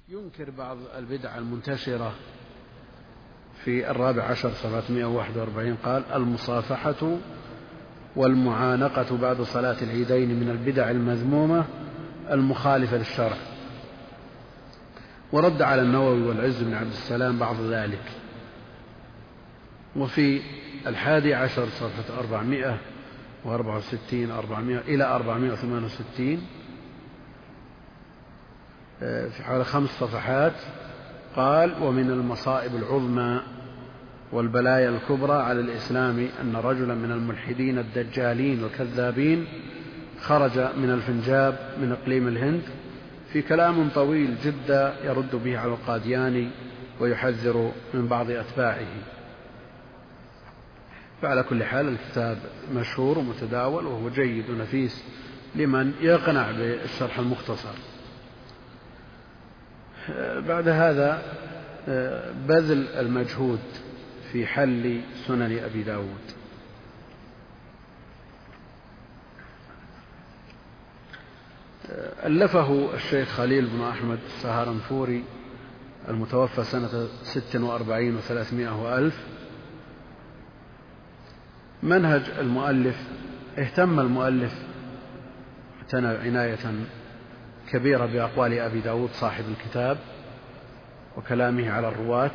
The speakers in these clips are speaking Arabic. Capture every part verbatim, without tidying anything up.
ينكر بعض البدع المنتشرة في الرابع عشر صفحة مئة وواحد وأربعين قال: المصافحة والمعانقة بعد صلاة العيدين من البدع المذمومة المخالفة للشرع. ورد على النووي والعز بن عبد السلام بعض ذلك. وفي الحادي عشر صفحة أربعمائة وأربعة وستين أربعمائة إلى أربعمائة وثمانية وستين في حوالي خمس صفحات قال: ومن المصائب العظمى والبلايا الكبرى على الإسلام أن رجلا من الملحدين الدجالين والكذابين خرج من الفنجاب من إقليم الهند في كلام طويل جدا يرد به على القادياني ويحذر من بعض أتباعه. فعلى كل حال الكتاب مشهور ومتداول وهو جيد ونفيس لمن يقنع بالشرح المختصر. بعد هذا بذل المجهود في حل سنن أبي داود. ألفه الشيخ خليل بن أحمد السهارنفوري المتوفى سنة ست وأربعين وثلاثمائة وألف. منهج المؤلف: اهتم المؤلف اعتنى عناية كبيرة بأقوال أبي داود صاحب الكتاب وكلامه على الرواة،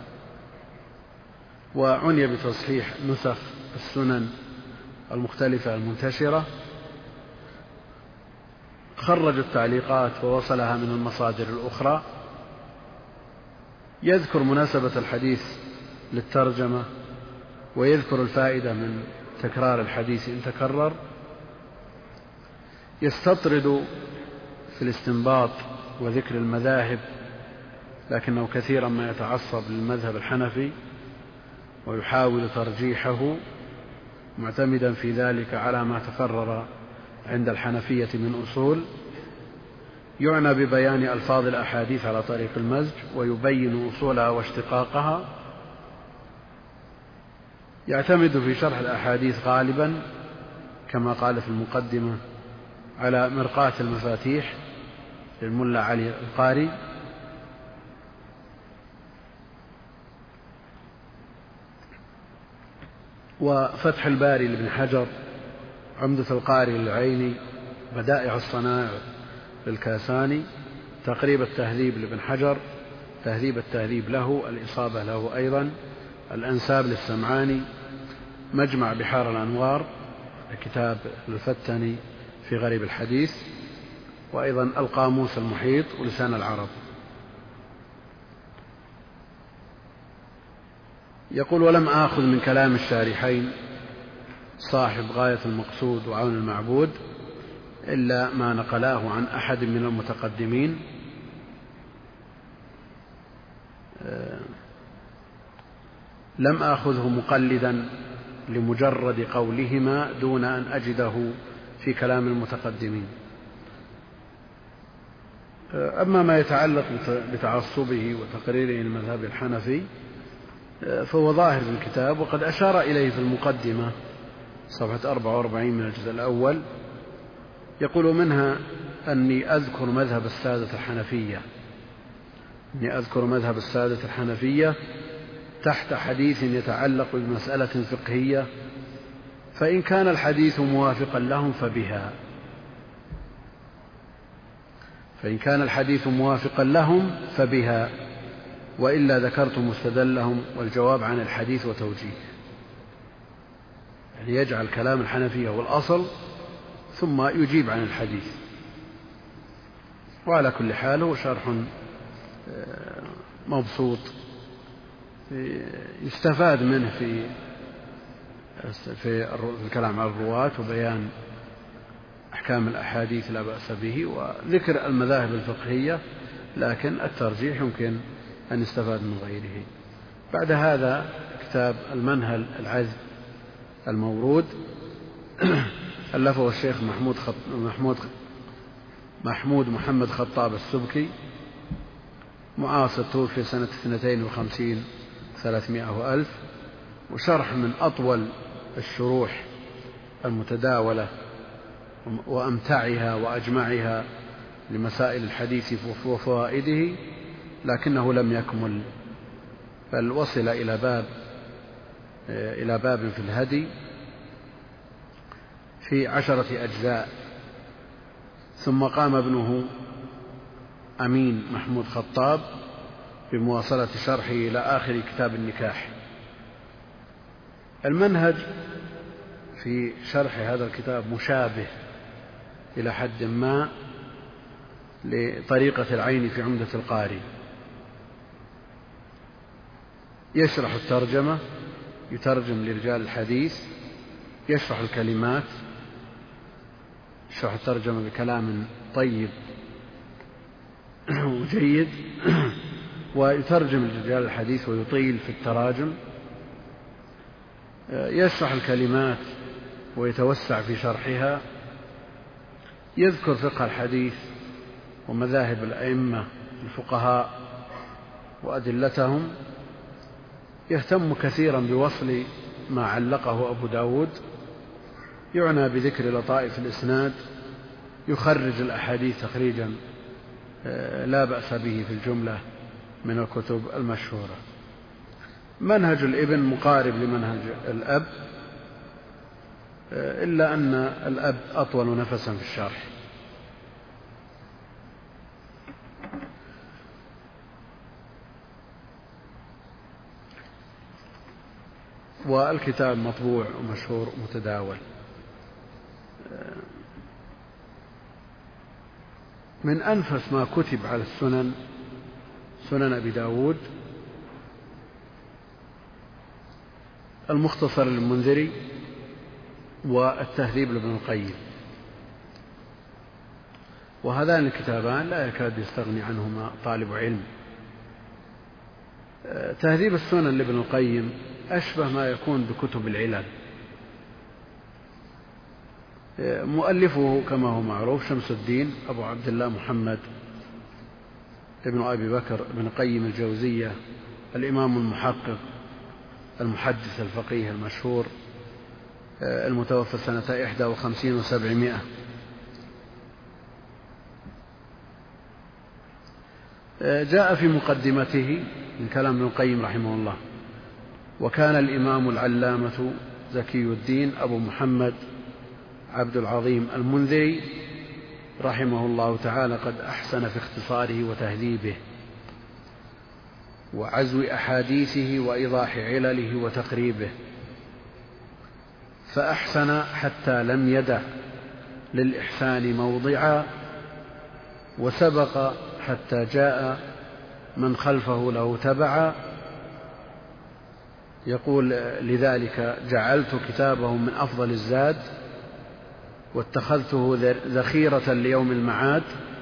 وعني بتصحيح نسخ السنن المختلفة المنتشرة. خرج التعليقات ووصلها من المصادر الأخرى. يذكر مناسبة الحديث للترجمة ويذكر الفائدة من تكرار الحديث إن تكرر. يستطرد في الاستنباط وذكر المذاهب، لكنه كثيرا ما يتعصب للمذهب الحنفي ويحاول ترجيحه معتمدا في ذلك على ما تقرر عند الحنفية من أصول. يعنى ببيان ألفاظ الأحاديث على طريق المزج ويبين أصولها واشتقاقها. يعتمد في شرح الأحاديث غالبا كما قال في المقدمة على مرقاة المفاتيح للملا علي القاري. وفتح الباري لابن حجر، عمدة القاري للعيني، بدائع الصنائع للكاساني، تقريب التهذيب لابن حجر، تهذيب التهذيب له، الإصابة له أيضا، الأنساب للسمعاني، مجمع بحار الأنوار كتاب الفتني في غريب الحديث، وأيضا القاموس المحيط ولسان العرب. يقول: ولم آخذ من كلام الشارحين صاحب غاية المقصود وعون المعبود إلا ما نقلاه عن أحد من المتقدمين، لم آخذه مقلدا لمجرد قولهما دون أن أجده في كلام المتقدمين. أما ما يتعلق بتعصبه وتقريره المذهب الحنفي فهو ظاهر في الكتاب، وقد أشار إليه في المقدمة صفحة أربعة وأربعين من الجزء الأول. يقول: منها أني أذكر مذهب السادة الحنفية أني أذكر مذهب السادة الحنفية تحت حديث يتعلق بمسألة فقهية، فإن كان الحديث موافقا لهم فبها فإن كان الحديث موافقا لهم فبها وإلا ذكرت مستدلهم والجواب عن الحديث وتوجيه. يعني يجعل كلام الحنفية هو الأصل ثم يجيب عن الحديث. وعلى كل حال هو شرح مبسوط يستفاد منه في في الكلام على الرواة وبيان أحكام الأحاديث لا بأس به وذكر المذاهب الفقهية، لكن الترجيح يمكن أن يستفاد من غيره. بعد هذا كتاب المنهل العذب المورود ألفه الشيخ محمود, خط... محمود... محمود محمد خطاب السبكي، معاصر، توفي سنة اثنتين وخمسين ثلاثمائة وألف، وشرح من أطول الشروح المتداولة وأمتعها وأجمعها لمسائل الحديث وفوائده لكنه لم يكمل، بل وصل إلى باب إلى باب في الهدي في عشرة أجزاء، ثم قام ابنه أمين محمود خطاب بمواصلة شرحه إلى آخر كتاب النكاح. المنهج في شرح هذا الكتاب مشابه إلى حد ما لطريقة العين في عمدة القاري. يشرح الترجمة، يترجم لرجال الحديث، يشرح الكلمات، يشرح الترجمة بكلام طيب وجيد، ويترجم لرجال الحديث ويطيل في التراجم، يشرح الكلمات ويتوسع في شرحها، يذكر فقه الحديث ومذاهب الأئمة الفقهاء وأدلتهم، يهتم كثيرا بوصل ما علقه أبو داود، يعنى بذكر لطائف الإسناد، يخرج الأحاديث تخريجا لا بأس به في الجملة من الكتب المشهورة. منهج الابن مقارب لمنهج الأب، إلا أن الأب أطول نفسا في الشرح. والكتاب مطبوع ومشهور ومتداول. من أنفس ما كتب على السنن سنن أبي داود المختصر للمنذري والتهذيب لابن القيم، وهذان الكتابان لا يكاد يستغني عنهما طالب علم. تهذيب السنن لابن القيم أشبه ما يكون بكتب العلل. مؤلفه كما هو معروف شمس الدين أبو عبد الله محمد ابن أبي بكر بن قيم الجوزية، الإمام المحقق المحدث الفقيه المشهور، المتوفى سنة إحدى وخمسين وسبعمائة. جاء في مقدمته من كلام ابن القيم رحمه الله: وكان الإمام العلامة زكي الدين أبو محمد عبد العظيم المنذري رحمه الله تعالى قد أحسن في اختصاره وتهذيبه وعزو أحاديثه وإيضاح علله وتقريبه، فأحسن حتى لم يدع للإحسان موضعا، وسبق حتى جاء من خلفه له تبعا. يقول: لذلك جعلت كتابه من أفضل الزاد، واتخذته ذخيرة ليوم المعاد،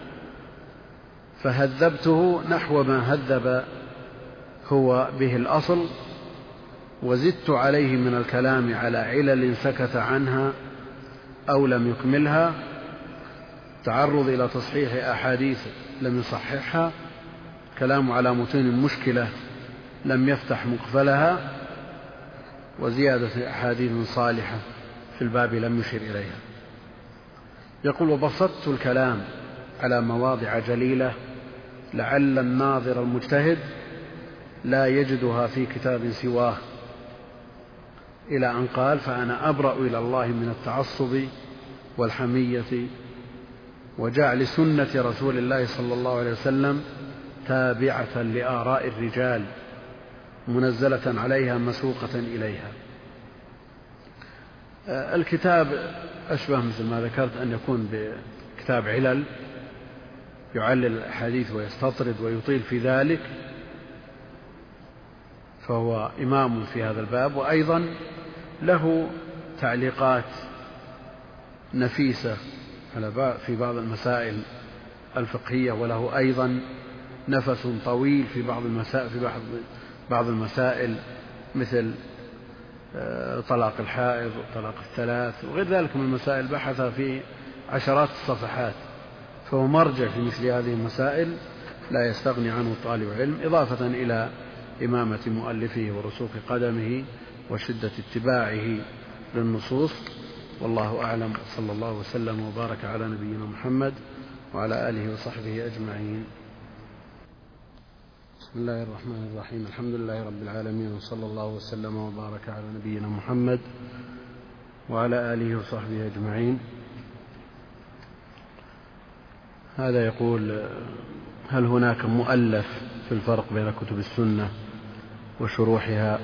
فهذبته نحو ما هذب هو به الأصل، وزدت عليه من الكلام على علل سكت عنها أو لم يكملها، تعرض إلى تصحيح أحاديث لم يصححها، كلام على متون مشكلة لم يفتح مقفلها، وزيادة أحاديث صالحة في الباب لم يشر إليها. يقول: وبسطت الكلام على مواضع جليلة لعل الناظر المجتهد لا يجدها في كتاب سواه، إلى أن قال: فأنا أبرأ إلى الله من التعصب والحمية وجعل سنة رسول الله صلى الله عليه وسلم تابعة لآراء الرجال منزلة عليها مسوقة إليها. الكتاب أشبه مثل ما ذكرت أن يكون بكتاب علل، يعلل الأحاديث ويستطرد ويطيل في ذلك، فهو إمام في هذا الباب. وأيضا له تعليقات نفيسة في بعض المسائل الفقهية، وله أيضا نفس طويل في بعض المسائل في بعض بعض المسائل مثل طلاق الحائض وطلاق الثلاث وغير ذلك من المسائل، بحث في عشرات الصفحات، فهو مرجع في مثل هذه المسائل لا يستغني عنه طالب علم، إضافة إلى إمامة مؤلفه ورسوخ قدمه وشدة اتباعه للنصوص. والله أعلم، صلى الله وسلم وبارك على نبينا محمد وعلى آله وصحبه أجمعين. بسم الله الرحمن الرحيم. الحمد لله رب العالمين، وصلى الله وسلم وبارك على نبينا محمد وعلى آله وصحبه أجمعين. هذا يقول: هل هناك مؤلف في الفرق بين كتب السنة وشروحها؟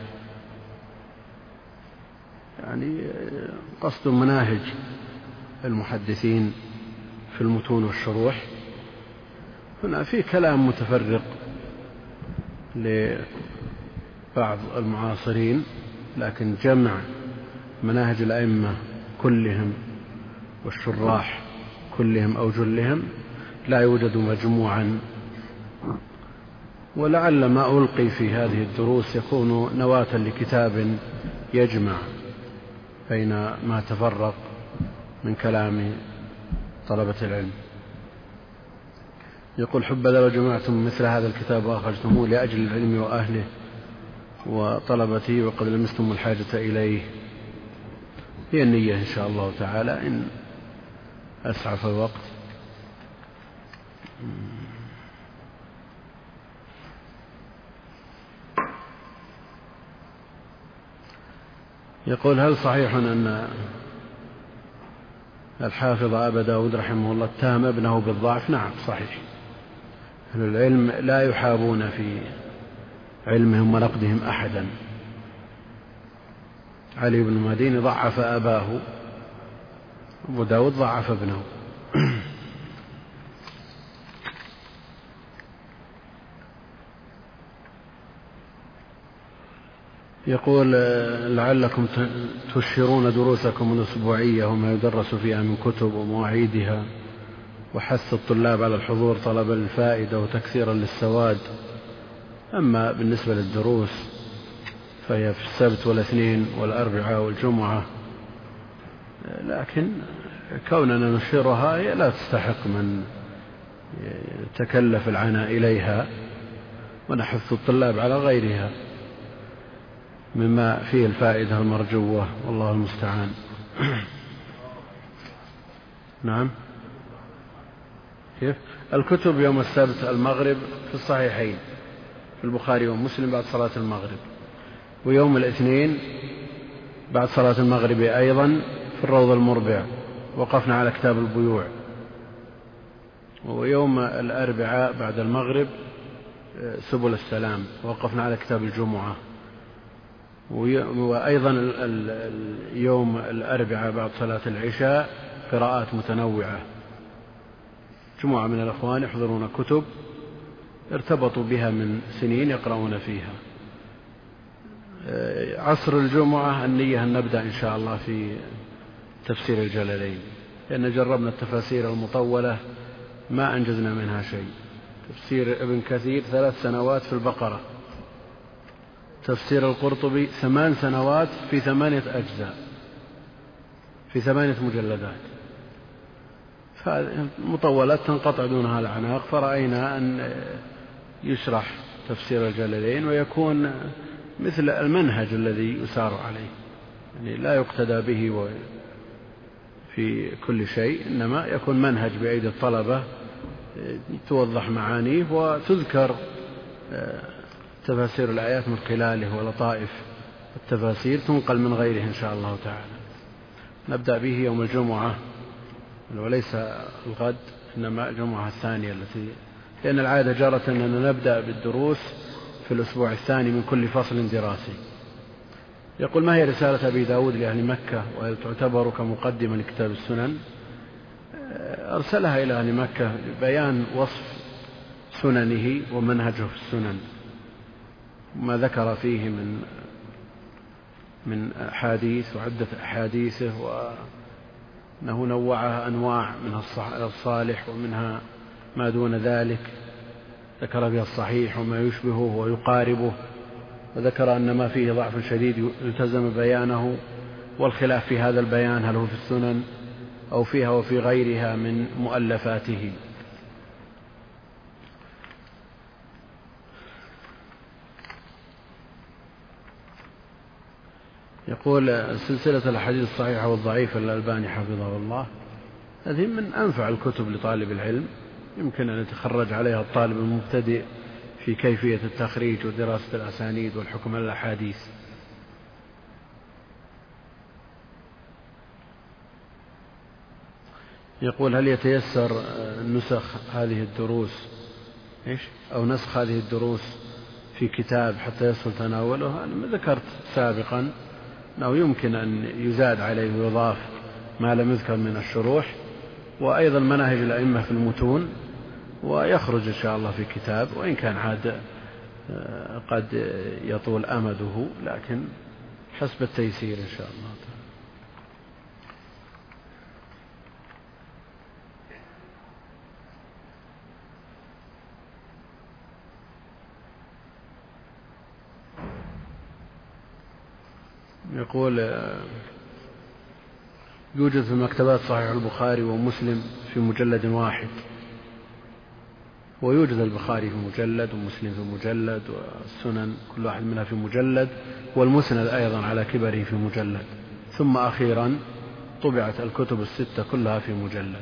يعني قصد مناهج المحدثين في المتون والشروح. هنا في كلام متفرق لبعض المعاصرين، لكن جمع مناهج الأئمة كلهم والشراح كلهم أو جلهم لا يوجد مجموعا، ولعل ما ألقي في هذه الدروس يكون نواة لكتاب يجمع بين ما تفرق من كلام طلبة العلم. يقول: حبذا لو جمعتم مثل هذا الكتاب وأخرجتموه لأجل العلم وأهله وطلبته، وقد لمستم الحاجة إليه. هي النية إن شاء الله تعالى إن أسعف الوقت. يقول: هل صحيح أن الحافظ أبا داود رحمه الله اتهم ابنه بالضعف؟ نعم صحيح. أهل العلم لا يحابون في علمهم ونقدهم أحدا. علي بن المديني ضعف أباه، أبو داود ضعف ابنه. يقول: لعلكم تشهرون دروسكم الأسبوعية وما يدرس فيها من كتب ومواعيدها، وحث الطلاب على الحضور طلبا للفائدة وتكثيرا للسواد. أما بالنسبة للدروس فهي في السبت والاثنين والأربعاء والجمعة، لكن كوننا نشيرها هي لا تستحق من يتكلف العناء إليها، ونحث الطلاب على غيرها مما فيه الفائدة المرجوة، والله المستعان. نعم. كيف؟ الكتب يوم السبت المغرب في الصحيحين في البخاري ومسلم بعد صلاة المغرب، ويوم الاثنين بعد صلاة المغرب أيضا في الروض المربع وقفنا على كتاب البيوع، ويوم الأربعاء بعد المغرب سبل السلام وقفنا على كتاب الجمعة، وأيضا يوم الأربعاء بعد صلاة العشاء قراءات متنوعة. جمعة من الأخوان يحضرون كتب ارتبطوا بها من سنين يقرؤون فيها. عصر الجمعة النية أن نبدأ إن شاء الله في تفسير الجلالين، لأن جربنا التفاسير المطولة ما أنجزنا منها شيء. تفسير ابن كثير ثلاث سنوات في البقرة، تفسير القرطبي ثمان سنوات في ثمانية أجزاء في ثمانية مجلدات، فمطولات تنقطع دونها الأعناق، فرأينا أن يشرح تفسير الجلالين ويكون مثل المنهج الذي يسار عليه، يعني لا يقتدى به في كل شيء، إنما يكون منهج بأيدي الطلبة توضح معانيه وتذكر تفاسير الآيات من خلاله، ولطائف التفاسير تنقل من غيره إن شاء الله تعالى. نبدأ به يوم الجمعة، وليس الغد إنما الجمعة الثانية التي، لأن العادة جرت أننا نبدأ بالدروس في الأسبوع الثاني من كل فصل دراسي. يقول: ما هي رسالة أبي داود لأهل مكة، وهل تعتبر كمقدمة لكتاب السنن؟ أرسلها إلى أهل مكة بيان وصف سننه ومنهجه في السنن، ما ذكر فيه من من أحاديث وعدة أحاديثه، وأنه نوعها أنواع منها الصالح ومنها ما دون ذلك، ذكر فيها الصحيح وما يشبهه ويقاربه، وذكر أن ما فيه ضعف شديد يلتزم بيانه، والخلاف في هذا البيان هل هو في السنن أو فيها وفي غيرها من مؤلفاته. يقول: سلسلة الأحاديث الصحيحة والضعيفة للألباني حفظه الله، هذه من أنفع الكتب لطالب العلم، يمكن أن يتخرج عليها الطالب المبتدئ في كيفية التخريج ودراسة الأسانيد والحكم على الأحاديث. يقول: هل يتيسر نسخ هذه الدروس إيش أو نسخ هذه الدروس في كتاب حتى يسهل تناوله؟ أنا ذكرت سابقا أنه يمكن أن يزاد عليه ويضاف ما لم يذكر من الشروح، وأيضا مناهج الأئمة في المتون، ويخرج إن شاء الله في كتاب، وإن كان عاد قد يطول أمده، لكن حسب التيسير إن شاء الله تعالى. يقول: يوجد في مكتبات صحيح البخاري ومسلم في مجلد واحد، ويوجد البخاري في مجلد ومسلم في مجلد والسنن كل واحد منها في مجلد، والمسند أيضا على كبره في مجلد، ثم أخيرا طبعت الكتب الستة كلها في مجلد،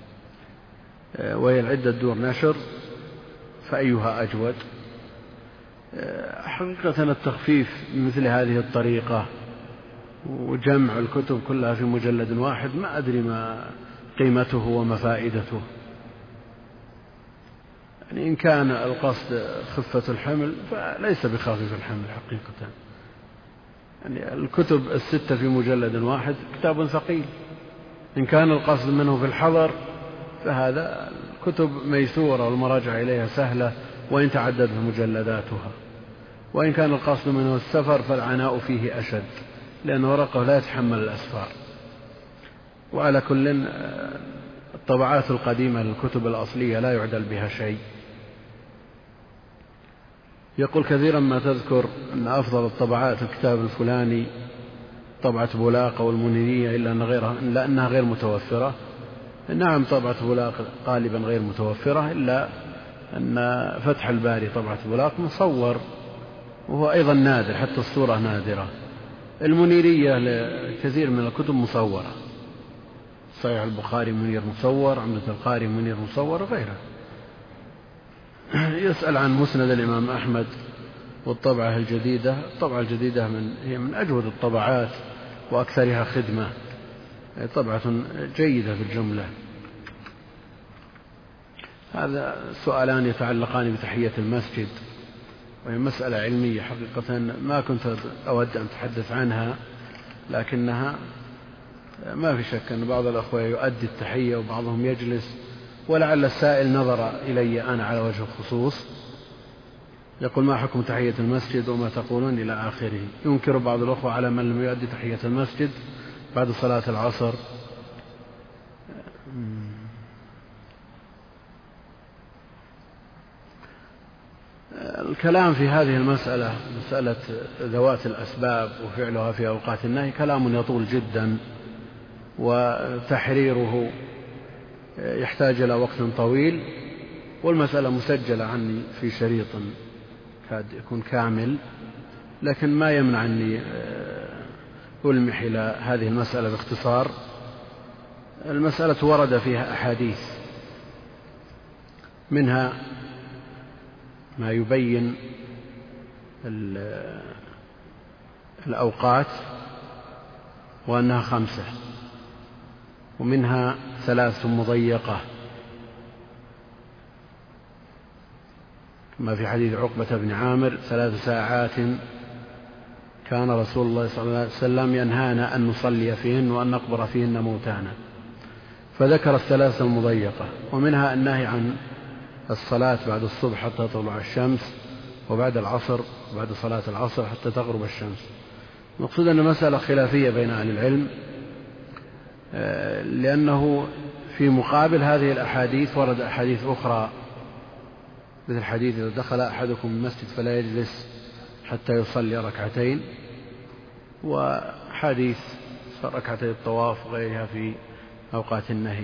وهي العدة دور نشر، فأيها أجود؟ حقيقة التخفيف مثل هذه الطريقة وجمع الكتب كلها في مجلد واحد ما أدري ما قيمته وما فائدته. يعني إن كان القصد خفة الحمل فليس بخفيف الحمل حقيقة. يعني الكتب الستة في مجلد واحد كتاب ثقيل. إن كان القصد منه في الحضر فهذا الكتب ميسورة والمراجعة إليها سهلة وإن تعددت مجلداتها، وإن كان القصد منه السفر فالعناء فيه أشد، لأن ورقه لا يتحمل الأسفار. وعلى كل الطبعات القديمة للكتب الأصلية لا يعدل بها شيء. يقول: كثيرا ما تذكر أن أفضل الطبعات الكتاب الفلاني طبعة بولاق والمنيرية إلا أن غيرها إلا أنها غير متوفرة. نعم، طبعة بولاق غالبا غير متوفرة، إلا أن فتح الباري طبعة بولاق مصور وهو أيضا نادر، حتى الصورة نادرة. المنيرية لكثير من الكتب مصورة، صحيح البخاري منير مصور، عمدة القاري منير مصور وغيره. يسأل عن مسند الإمام أحمد والطبعة الجديدة. الطبعة الجديدة من هي من أجود الطبعات وأكثرها خدمة، طبعة جيدة في الجملة. هذا سؤالان يتعلقان بتحية المسجد، وهي مسألة علمية حقيقة ما كنت أود أن أتحدث عنها، لكنها ما في شك أن بعض الأخوة يؤدي التحية وبعضهم يجلس، ولعل السائل نظر إلي أنا على وجه الخصوص. يقول: ما حكم تحية المسجد وما تقولون إلى آخره. ينكر بعض الأخوة على من لم يؤدي تحية المسجد بعد صلاة العصر. الكلام في هذه المسألة، مسألة ذوات الأسباب وفعلها في أوقات النهي، كلام يطول جدا، وتحريره يحتاج إلى وقت طويل، والمسألة مسجلة عني في شريط كاد يكون كامل، لكن ما يمنع أني ألمح إلى هذه المسألة باختصار. المسألة ورد فيها أحاديث، منها ما يبين الأوقات وأنها خمسة، ومنها ثلاث مضيقة كما في حديث عقبة بن عامر: ثلاث ساعات كان رسول الله صلى الله عليه وسلم ينهانا أن نصلي فيهن وأن نقبر فيهن موتانا، فذكر الثلاث المضيقة. ومنها النهي عن الصلاة بعد الصبح حتى تطلع الشمس، وبعد العصر بعد صلاة العصر حتى تغرب الشمس. المقصود أن مسألة خلافية بين أهل العلم، لأنه في مقابل هذه الأحاديث ورد أحاديث أخرى، مثل حديث: إذا دخل أحدكم المسجد فلا يجلس حتى يصلي ركعتين، وحديث ركعتي الطواف وغيرها في أوقات النهي.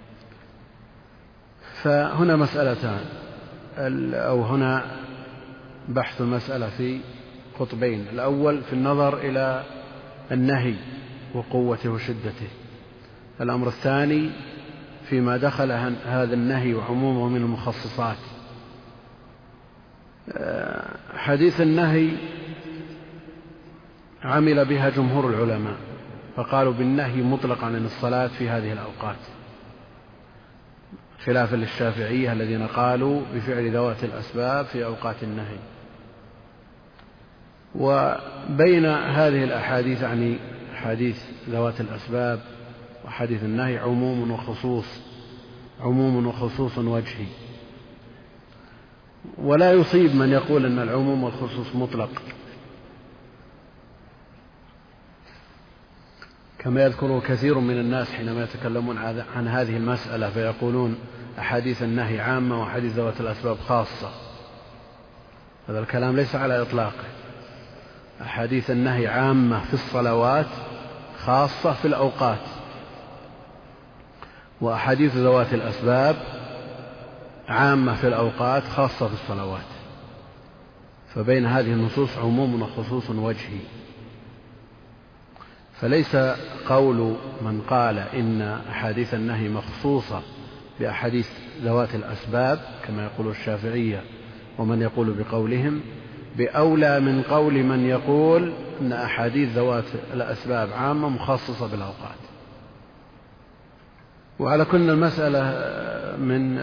فهنا مسألتان، أو هنا بحث المسألة في قطبين: الأول في النظر إلى النهي وقوته وشدته، الأمر الثاني فيما دخل هذا النهي وعمومه من المخصصات. حديث النهي عمل بها جمهور العلماء، فقالوا بالنهي مطلقا عن الصلاة في هذه الأوقات، خلافا للشافعية الذين قالوا بفعل ذوات الأسباب في أوقات النهي. وبين هذه الأحاديث عن حديث ذوات الأسباب وحديث النهي عموم وخصوص عموم وخصوص وجهي، ولا يصيب من يقول أن العموم والخصوص مطلق، كما يذكره كثير من الناس حينما يتكلمون عن هذه المسألة فيقولون أحاديث النهي عامة وحديث ذوات الأسباب خاصة. هذا الكلام ليس على إطلاقه. أحاديث النهي عامة في الصلوات خاصة في الأوقات، وأحاديث ذوات الأسباب عامة في الأوقات خاصة في الصلوات، فبين هذه النصوص عموم وخصوص وجهي. فليس قول من قال إن أحاديث النهي مخصوصة بأحاديث ذوات الأسباب كما يقول الشافعية ومن يقول بقولهم بأولى من قول من يقول أن أحاديث ذوات الأسباب عامة مخصصة بالأوقات. وعلى كل المسألة من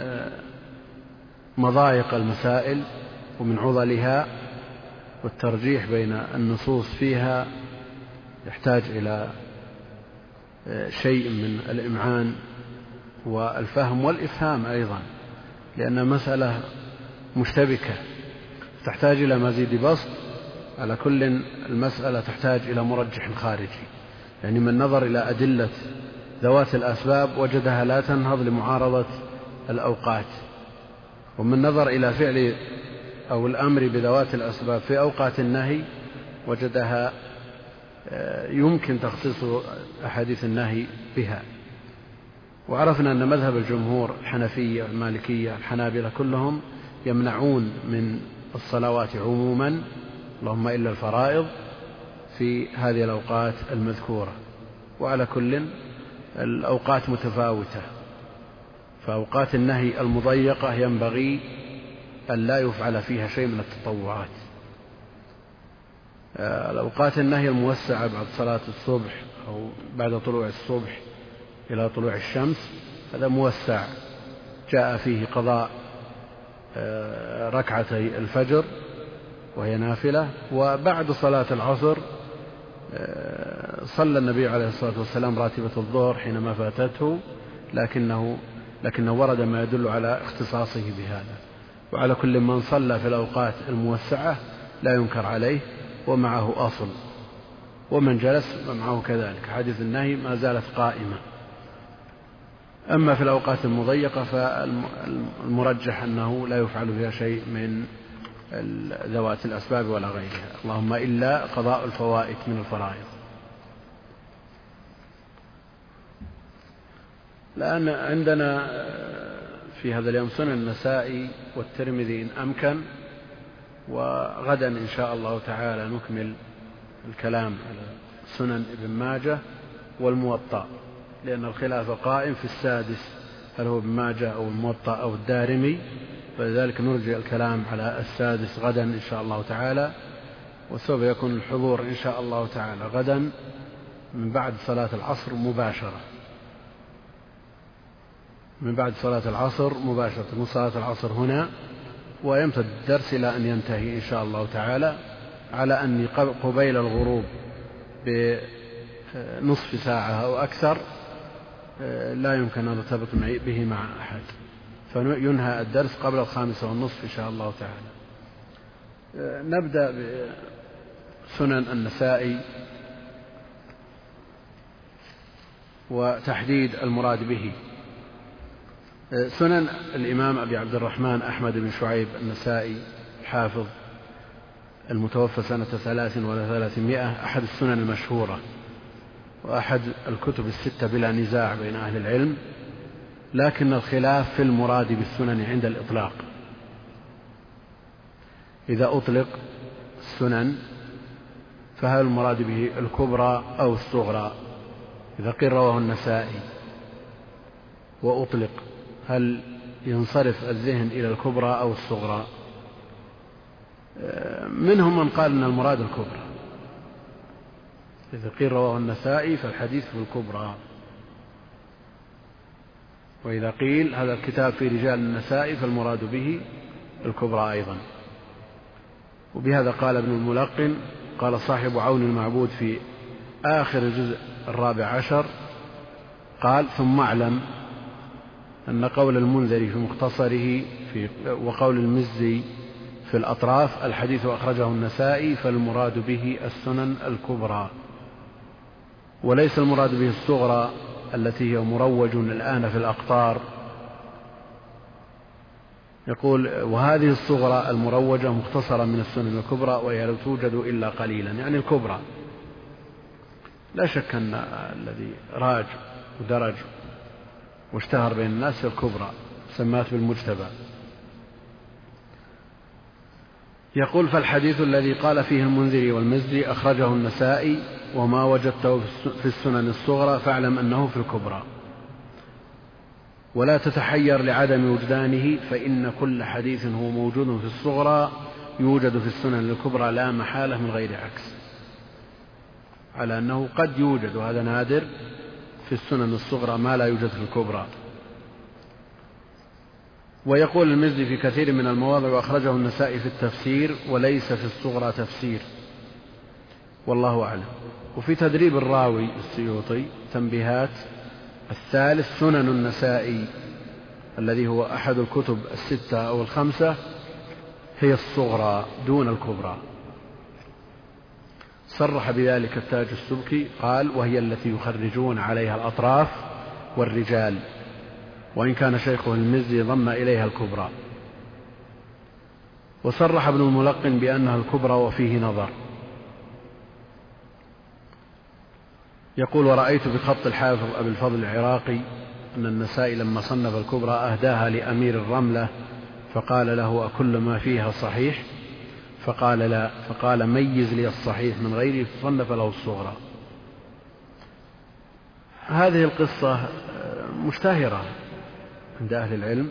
مضايق المسائل ومن عضلها، والترجيح بين النصوص فيها يحتاج إلى شيء من الإمعان والفهم والإفهام أيضا، لأن مسألة مشتبكة تحتاج إلى مزيد بسط. على كل المسألة تحتاج إلى مرجح خارجي، يعني من نظر إلى أدلة ذوات الأسباب وجدها لا تنهض لمعارضة الأوقات، ومن نظر إلى فعل أو الأمر بذوات الأسباب في أوقات النهي وجدها يمكن تخصيص أحاديث النهي بها. وعرفنا أن مذهب الجمهور الحنفية المالكية الحنابلة كلهم يمنعون من الصلوات عموما اللهم إلا الفرائض في هذه الأوقات المذكورة. وعلى كل الأوقات متفاوتة، فأوقات النهي المضيقة ينبغي أن لا يفعل فيها شيء من التطوعات. الأوقات النهي الموسعة بعد صلاة الصبح أو بعد طلوع الصبح إلى طلوع الشمس هذا موسع، جاء فيه قضاء ركعتي الفجر وهي نافلة، وبعد صلاة العصر صلى النبي عليه الصلاة والسلام راتبة الظهر حينما فاتته، لكنه لكنه ورد ما يدل على اختصاصه بهذا. وعلى كل من صلى في الأوقات الموسعة لا ينكر عليه ومعه أصل، ومن جلس معه كذلك، حديث النهي ما زالت قائمة. أما في الأوقات المضيقة فالمرجح أنه لا يفعل فيها شيء من ذوات الأسباب ولا غيرها، اللهم إلا قضاء الفوائت من الفرائض. لأن عندنا في هذا اليوم سنن النسائي والترمذي إن أمكن، وغدا إن شاء الله تعالى نكمل الكلام على سنن ابن ماجه والموطأ، لأن الخلاف قائم في السادس هل هو ابن ماجه أو الموطأ أو الدارمي، فلذلك نرجع الكلام على السادس غدا إن شاء الله تعالى. وسوف يكون الحضور إن شاء الله تعالى غدا من بعد صلاة العصر مباشرة، من بعد صلاة العصر مباشرة، من صلاة العصر هنا، ويمتد الدرس إلى أن ينتهي إن شاء الله تعالى، على أني قبيل الغروب بنصف ساعة أو أكثر لا يمكن أن ارتبط به مع أحد، فينهى الدرس قبل الخامسة والنصف إن شاء الله تعالى. نبدأ بسنن النسائي وتحديد المراد به. سنن الإمام أبي عبد الرحمن أحمد بن شعيب النسائي الحافظ المتوفى سنة ثلاث وثلاثمائة، أحد السنن المشهورة وأحد الكتب الستة بلا نزاع بين أهل العلم، لكن الخلاف في المراد بالسنن عند الإطلاق. إذا أطلق السنن فهل المراد به الكبرى أو الصغرى؟ إذا قيل رواه النسائي وأطلق هل ينصرف الذهن إلى الكبرى أو الصغرى؟ منهم من قال أن المراد الكبرى، إذا قيل رواه النسائي فالحديث في الكبرى، وإذا قيل هذا الكتاب في رجال النسائي فالمراد به الكبرى أيضا. وبهذا قال ابن الملقن قال صاحب عون المعبود في آخر الجزء الرابع عشر قال ثم اعلم أن قول المنذري في مختصره في وقول المزي في الأطراف الحديث أخرجه النسائي فالمراد به السنن الكبرى، وليس المراد به الصغرى التي هي مروج الآن في الأقطار. يقول وهذه الصغرى المروجة مختصرة من السنن الكبرى وهي لا توجد إلا قليلا، يعني الكبرى. لا شك أن الذي راج ودرج واشتهر بين الناس الكبرى سمات بالمجتبى. يقول فالحديث الذي قال فيه المنذري والمزي أخرجه النسائي وما وجدته في السنن الصغرى فاعلم أنه في الكبرى، ولا تتحير لعدم وجدانه فإن كل حديث هو موجود في الصغرى يوجد في السنن الكبرى لا محالة من غير عكس، على أنه قد يوجد وهذا نادر في السنن الصغرى ما لا يوجد في الكبرى. ويقول المزي في كثير من المواضع وأخرجه النسائي في التفسير وليس في الصغرى تفسير، والله أعلم. وفي تدريب الراوي السيوطي تنبيهات الثالث سنن النسائي الذي هو أحد الكتب الستة أو الخمسة هي الصغرى دون الكبرى. صرح بذلك التاج السبكي قال وهي التي يخرجون عليها الأطراف والرجال، وإن كان شيخه المزي ضم إليها الكبرى. وصرح ابن الملقن بأنها الكبرى وفيه نظر. يقول ورأيت بخط الحافظ أبي الفضل العراقي أن النسائي لما صنف الكبرى أهداها لأمير الرملة فقال له أكل ما فيها صحيح؟ فقال لا، فقال ميز لي الصحيح من غيره فصنف له الصغرى. هذه القصة مشتهرة عند أهل العلم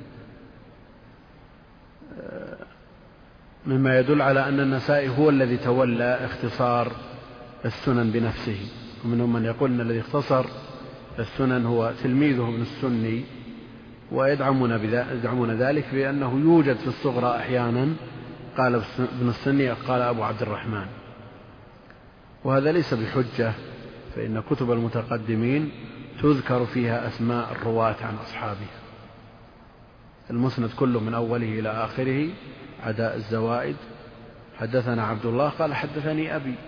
مما يدل على أن النسائي هو الذي تولى اختصار السنن بنفسه، ومنهم من يقول أن الذي اختصر السنن هو تلميذه ابن السني، ويدعمون ذلك بأنه يوجد في الصغرى أحيانا قال ابن السني قال أبو عبد الرحمن، وهذا ليس بحجة، فإن كتب المتقدمين تذكر فيها أسماء الرواة عن أصحابها، المسند كله من أوله إلى آخره عداء الزوائد حدثنا عبد الله قال حدثني أبي،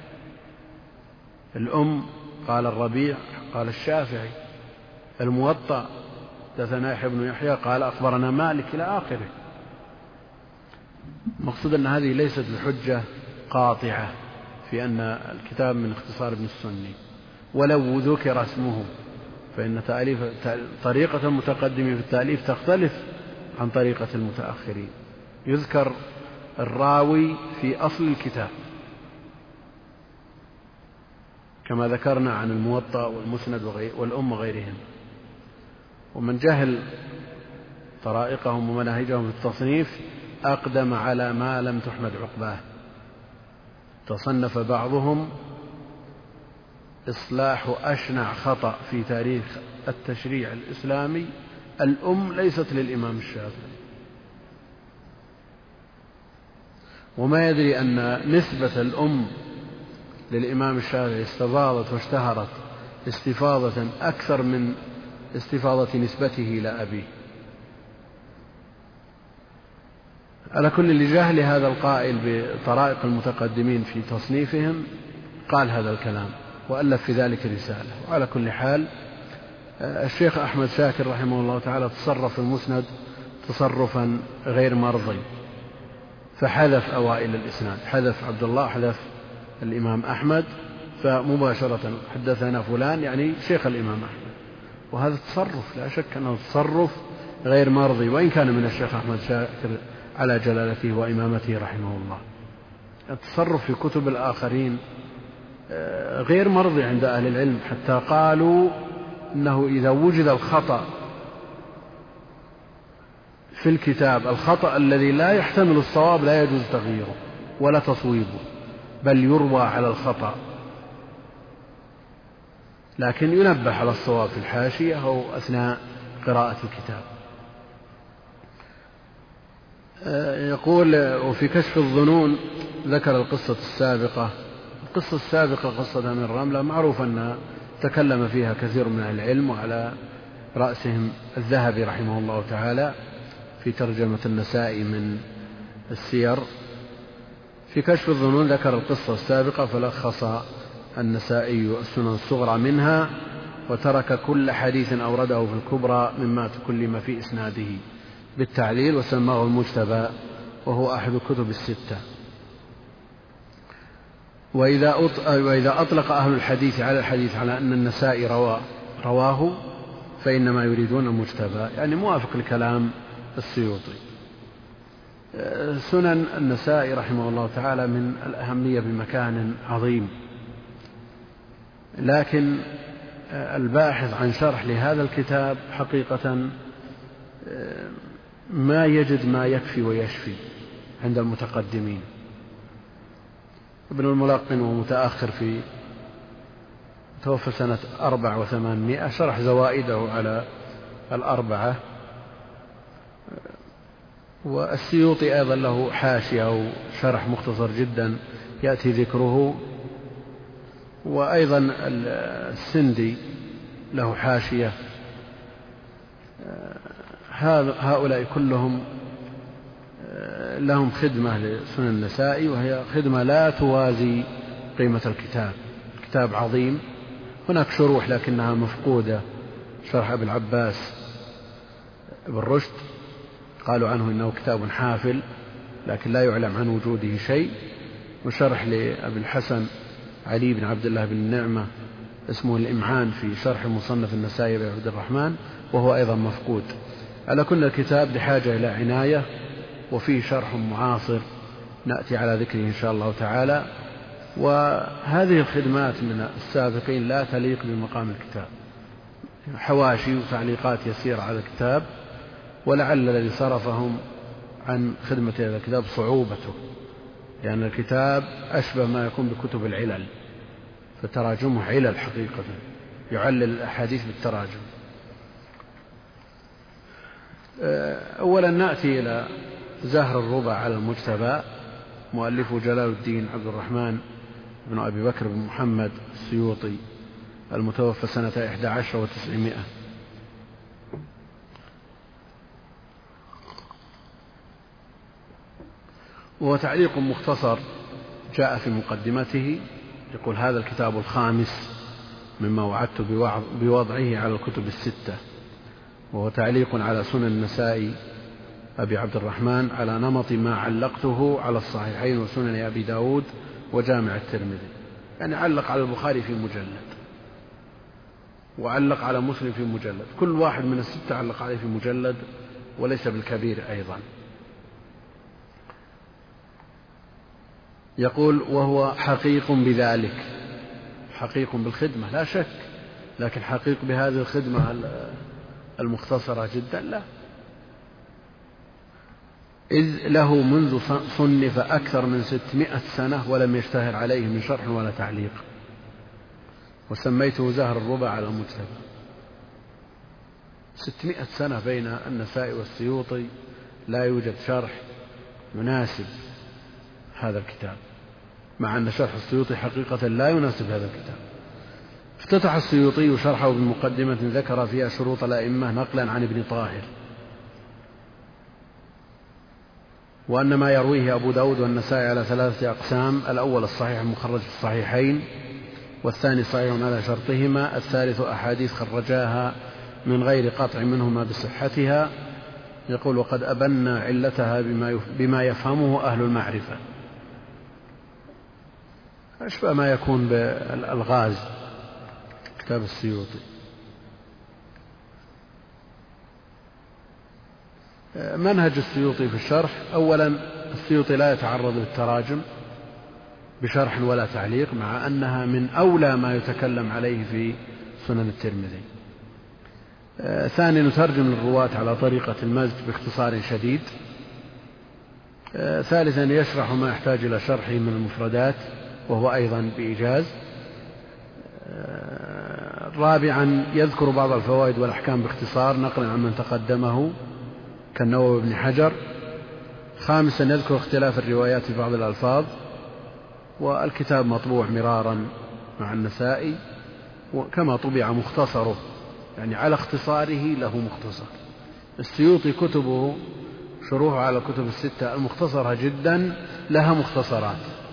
الأم قال الربيع قال الشافعي، الموطأ حدثنا يحيى بن يحيى قال أخبرنا مالك إلى آخره. مقصود أن هذه ليست بحجة قاطعة في أن الكتاب من اختصار ابن السني، ولو ذكر اسمه، فإن تأليف طريقة المتقدمين في التأليف تختلف عن طريقة المتأخرين، يذكر الراوي في أصل الكتاب كما ذكرنا عن الموطأ والمسند والأم وغيرهم. ومن جهل طرائقهم ومناهجهم في التصنيف أقدم على ما لم تحمد عقباه. تصنف بعضهم إصلاح أشنع خطأ في تاريخ التشريع الإسلامي، الأم ليست للإمام الشافعي، وما يدري أن نسبة الأم للإمام الشافعي استفاضت واشتهرت استفاضة أكثر من استفاضة نسبته إلى أبيه. على كل لجهل هذا القائل بطرائق المتقدمين في تصنيفهم قال هذا الكلام وألف في ذلك رسالة. وعلى كل حال الشيخ أحمد شاكر رحمه الله تعالى تصرف في المسند تصرفا غير مرضي، فحذف أوائل الإسناد، حذف عبد الله، حذف الإمام أحمد، فمباشرة حدثنا فلان يعني شيخ الإمام أحمد، وهذا تصرف لا شك أنه تصرف غير مرضي، وإن كان من الشيخ أحمد شاكر على جلالته وإمامته رحمه الله. التصرف في كتب الآخرين غير مرضي عند أهل العلم، حتى قالوا إنه إذا وجد الخطأ في الكتاب، الخطأ الذي لا يحتمل الصواب لا يجوز تغييره، ولا تصويبه، بل يروى على الخطأ، لكن ينبه على الصواب في الحاشية أو أثناء قراءة الكتاب. يقول: وفي كشف الظنون ذكر القصة السابقة. القصة السابقة قصة من الرملة معروف أن تكلم فيها كثير من أهل العلم، وعلى رأسهم الذهبي رحمه الله تعالى في ترجمة النسائي من السير. في كشف الظنون ذكر القصة السابقة، فلخص النسائي السنن الصغرى منها، وترك كل حديث أورده في الكبرى مما تكلم في إسناده بالتعليل، وسماه المجتبى، وهو أحد الكتب الستة. وإذا أطلق أهل الحديث على الحديث على أن النسائي رواه, رواه فإنما يريدون المجتبى، يعني موافق لكلام السيوطي. سنن النسائي رحمه الله تعالى من الأهمية بمكان عظيم، لكن الباحث عن شرح لهذا الكتاب حقيقة ما يجد ما يكفي ويشفي عند المتقدمين. ابن الملقن ومتأخر في توفى سنة أربع وثمانمائة، شرح زوائده على الأربعة. والسيوطي أيضا له حاشية وشرح مختصر جدا يأتي ذكره، وأيضا السندي له حاشية. هؤلاء كلهم لهم خدمة لسنن النسائي، وهي خدمة لا توازي قيمة الكتاب. كتاب عظيم، هناك شروح لكنها مفقودة. شرح أبي العباس ابن رشد قالوا عنه إنه كتاب حافل، لكن لا يعلم عن وجوده شيء. وشرح لأبي الحسن علي بن عبد الله بن النعمة اسمه الإمعان في شرح مصنف النسائي بن عبد الرحمن، وهو أيضا مفقود. على كل الكتاب بحاجة إلى عناية، وفيه شرح معاصر نأتي على ذكره إن شاء الله تعالى. وهذه الخدمات من السابقين لا تليق بمقام الكتاب، حواشي وتعليقات يسيرة على الكتاب، ولعل الذي صرفهم عن خدمة هذا الكتاب صعوبته، لأن الكتاب أشبه ما يكون بكتب العلل، فتراجمه علل حقيقة، يعلل الأحاديث بالتراجم. أولا نأتي إلى زهر الربع على المجتبى، مؤلفه جلال الدين عبد الرحمن بن أبي بكر بن محمد السيوطي، المتوفى سنة إحدى عشر وتسعمائة. وهو تعليق مختصر جاء في مقدمته، يقول: هذا الكتاب الخامس مما وعدت بوضعه على الكتب الستة، وهو تعليق على سنن النسائي أبي عبد الرحمن على نمط ما علقته على الصحيحين وسنن أبي داود وجامع الترمذي. يعني علق على البخاري في مجلد، وعلق على مسلم في مجلد، كل واحد من الستة علق عليه في مجلد، وليس بالكبير أيضا. يقول: وهو حقيق بذلك، حقيق بالخدمة لا شك، لكن حقيق بهذه الخدمة المختصرة جدا لا، إذ له منذ صنف أكثر من ستمائة سنة ولم يشتهر عليه من شرح ولا تعليق، وسميته زهر الربع على المجتبى. ستمائة سنة بين النسائي والسيوطي لا يوجد شرح يناسب هذا الكتاب، مع أن شرح السيوطي حقيقة لا يناسب هذا الكتاب. افتتح السيوطي شرحه بمقدمة ذكر فيها شروط الأئمة نقلا عن ابن طاهر، وأن ما يرويه أبو داود والنسائي على ثلاثة أقسام: الأول الصحيح المخرج في الصحيحين، والثاني صحيح على شرطهما، الثالث أحاديث خرجاها من غير قطع منهما بصحتها. يقول: وقد أبنى علتها بما يفهمه أهل المعرفة، أشبه ما يكون بالألغاز كتاب السيوطي. منهج السيوطي في الشرح: أولا السيوطي لا يتعرض للتراجم بشرح ولا تعليق، مع أنها من أولى ما يتكلم عليه في سنن الترمذي. ثانيا نترجم للرواة على طريقة المزج باختصار شديد. ثالثا يشرح ما يحتاج إلى شرحه من المفردات وهو أيضا بإيجاز. رابعا يذكر بعض الفوائد والأحكام باختصار نقلا عن من تقدمه كالنووي بن حجر. خامسا يذكر اختلاف الروايات في بعض الألفاظ، والكتاب مطبوع مرارا مع النسائي كما طبع مختصره، يعني على اختصاره له مختصر. السيوطي كتبه شروحه على الكتب الستة المختصرة جدا لها مختصرات.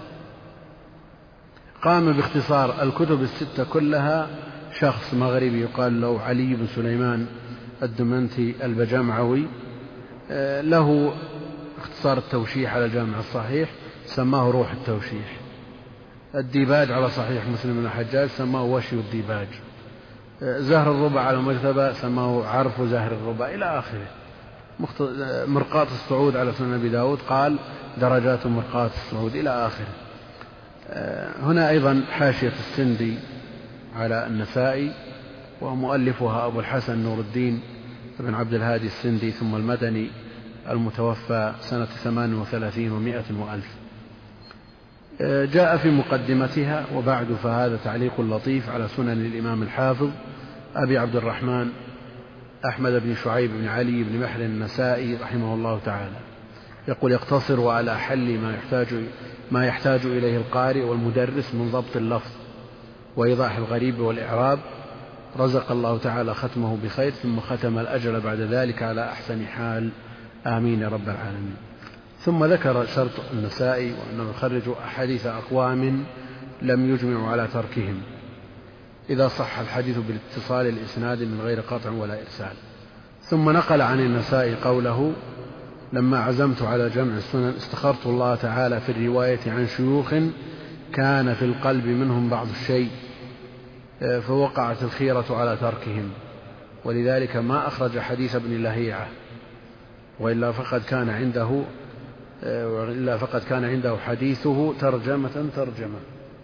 قام باختصار الكتب الستة كلها شخص مغربي يقال له علي بن سليمان الدمنتي البجمعوي، له اختصار التوشيح على الجامع الصحيح سماه روح التوشيح. الديباج على صحيح مسلم بن الحجاج سماه وشي الديباج. زهر الربع على المجتبى سماه عرف زهر الربع إلى آخره. مرقاة الصعود على سنن أبي داود قال درجات مرقاة الصعود إلى آخره. هنا أيضا حاشية السندي على النسائي، ومؤلفها أبو الحسن نور الدين بن عبد الهادي السندي ثم المدني المتوفى سنة ثمان وثلاثين ومائة وألف. جاء في مقدمتها: وبعد فهذا تعليق لطيف على سنن الإمام الحافظ أبي عبد الرحمن أحمد بن شعيب بن علي بن محر النسائي رحمه الله تعالى. يقول: يقتصر على حل ما يحتاج ما يحتاج إليه القارئ والمدرس من ضبط اللفظ وإيضاح الغريب والإعراب. رزق الله تعالى ختمه بخير، ثم ختم الأجل بعد ذلك على أحسن حال، آمين يا رب العالمين. ثم ذكر شرط النسائي وأنه يخرج أحاديث أقوام لم يجمعوا على تركهم إذا صح الحديث بالاتصال الإسناد من غير قطع ولا إرسال. ثم نقل عن النسائي قوله: لما عزمت على جمع السنن استخرت الله تعالى في الرواية عن شيوخ كان في القلب منهم بعض الشيء فوقعت الخيرة على تركهم، ولذلك ما أخرج حديث ابن لهيعة، وإلا فقد كان عنده وإلا فقد كان عنده حديثه ترجمة ترجمة،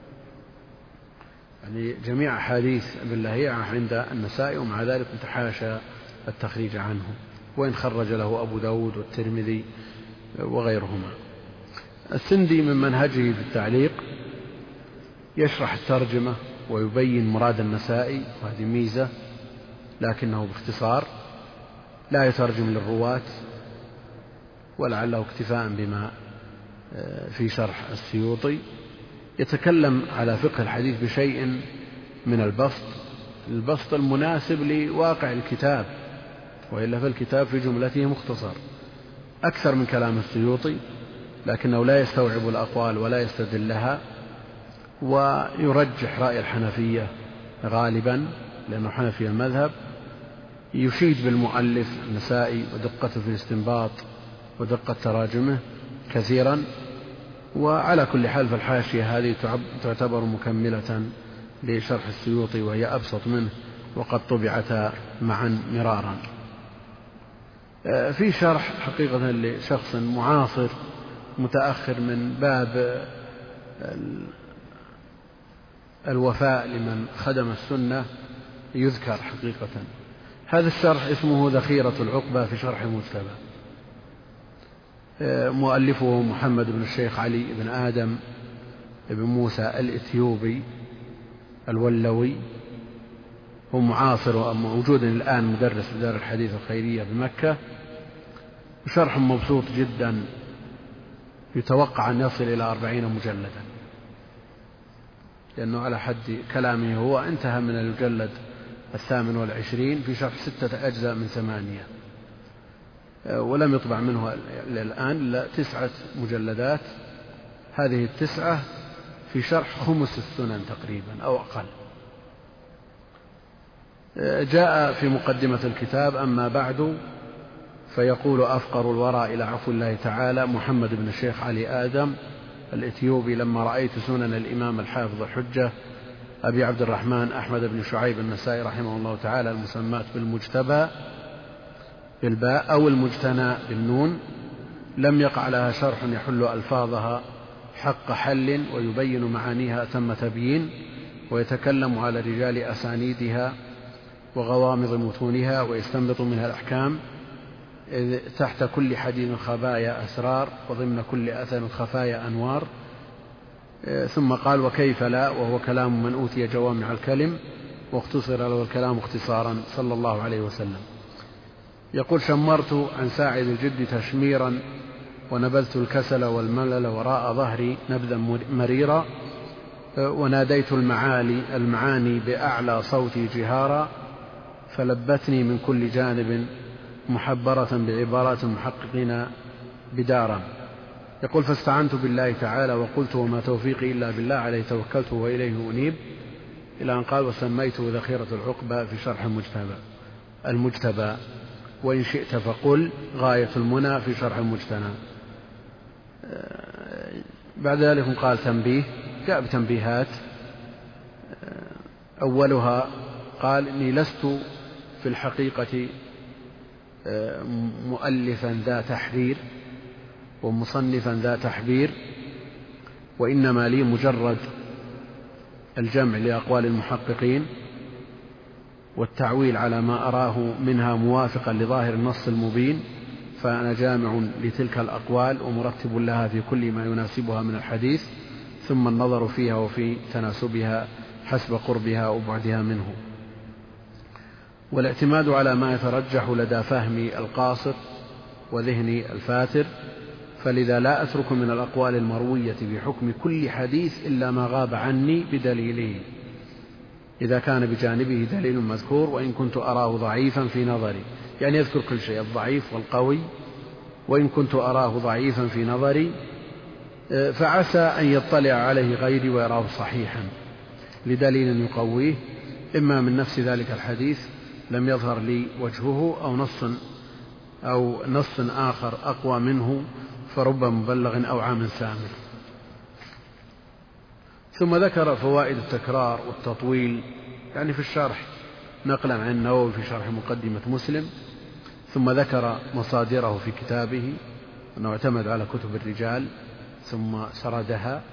يعني جميع حديث ابن لهيعة عند النسائي، ومع ذلك تحاشى التخريج عنه، وإن خرج له أبو داود والترمذي وغيرهما. السندي من منهجه في التعليق يشرح الترجمة ويبين مراد النسائي، وهذه ميزة، لكنه باختصار لا يترجم للرواة، ولعله اكتفاء بما في شرح السيوطي. يتكلم على فقه الحديث بشيء من البسط البسط المناسب لواقع الكتاب، وإلا فالكتاب في جملته مختصر أكثر من كلام السيوطي، لكنه لا يستوعب الأقوال ولا يستدلها، ويرجح رأي الحنفية غالبا لأنه حنفي المذهب. يشيد بالمؤلف النسائي ودقته في الاستنباط ودقة تراجمه كثيرا. وعلى كل حال فالحاشية هذه تعتبر مكملة لشرح السيوطي، وهي أبسط منه، وقد طبعتا معا مرارا. في شرح حقيقة لشخص معاصر متأخر من باب الوفاء لمن خدم السنة يذكر حقيقة. هذا الشرح اسمه ذخيرة العقبة في شرح المجتبى، مؤلفه محمد بن الشيخ علي بن آدم بن موسى الإثيوبي الولوي، هو معاصر موجود الآن مدرس في دار الحديث الخيرية بمكة، شرح مبسوط جدا يتوقع أن يصل إلى أربعين مجلدا، لأنه على حد كلامه هو انتهى من المجلد الثامن والعشرين في شرح ستة أجزاء من ثمانية، ولم يطبع منه الآن إلا تسعة مجلدات، هذه التسعة في شرح خمس السنن تقريبا أو أقل. جاء في مقدمة الكتاب: أما بعد فيقول أفقر الورى إلى عفو الله تعالى محمد بن الشيخ علي آدم الإثيوبي: لما رأيت سنن الإمام الحافظ الحجة أبي عبد الرحمن أحمد بن شعيب النسائي رحمه الله تعالى المسمات بالمجتبى بالباء أو المجتنى بالنون، لم يقع لها شرح يحل ألفاظها حق حل ويبين معانيها تم تبيين، ويتكلم على رجال أسانيدها وغوامض متونها ويستنبط منها الأحكام، إذ تحت كل حديد خبايا أسرار وضمن كل أثر خفايا أنوار. ثم قال وكيف لا وهو كلام من أوتي جوامع الكلم واختصر له الكلام اختصارا صلى الله عليه وسلم. يقول شمرت عن ساعد الجد تشميرا ونبذت الكسل والملل وراء ظهري نبذا مريرا وناديت المعالي المعاني بأعلى صوتي جهارا فلبتني من كل جانب محبرة بعبارات المحققين بدارا. يقول فاستعنت بالله تعالى وقلت وما توفيقي إلا بالله عليه توكلت وإليه أنيب إلى أن قال وسميته ذخيرة العقبة في شرح المجتبى المجتبى وإن شئت فقل غاية المنى في شرح المجتنى. بعد ذلك قال تنبيه جاء بتنبيهات. أولها قال إني لست في الحقيقة مؤلفا ذا تحرير ومصنفا ذا تحبير وإنما لي مجرد الجمع لأقوال المحققين والتعويل على ما أراه منها موافقا لظاهر النص المبين فأنا جامع لتلك الأقوال ومرتب لها في كل ما يناسبها من الحديث ثم النظر فيها وفي تناسبها حسب قربها وبعدها منه والاعتماد على ما يترجح لدى فهمي القاصر وذهني الفاتر. فلذا لا أترك من الأقوال المروية بحكم كل حديث إلا ما غاب عني بدليله إذا كان بجانبه دليل مذكور وإن كنت أراه ضعيفا في نظري، يعني يذكر كل شيء الضعيف والقوي، وإن كنت أراه ضعيفا في نظري فعسى أن يطلع عليه غيري ويراه صحيحا لدليل يقويه إما من نفس ذلك الحديث لم يظهر لي وجهه أو نص أو نص آخر أقوى منه فرب مبلغ أو عام سامر. ثم ذكر فوائد التكرار والتطويل يعني في الشرح نقلا عن النووي في شرح مقدمة مسلم. ثم ذكر مصادره في كتابه أنه اعتمد على كتب الرجال ثم سردها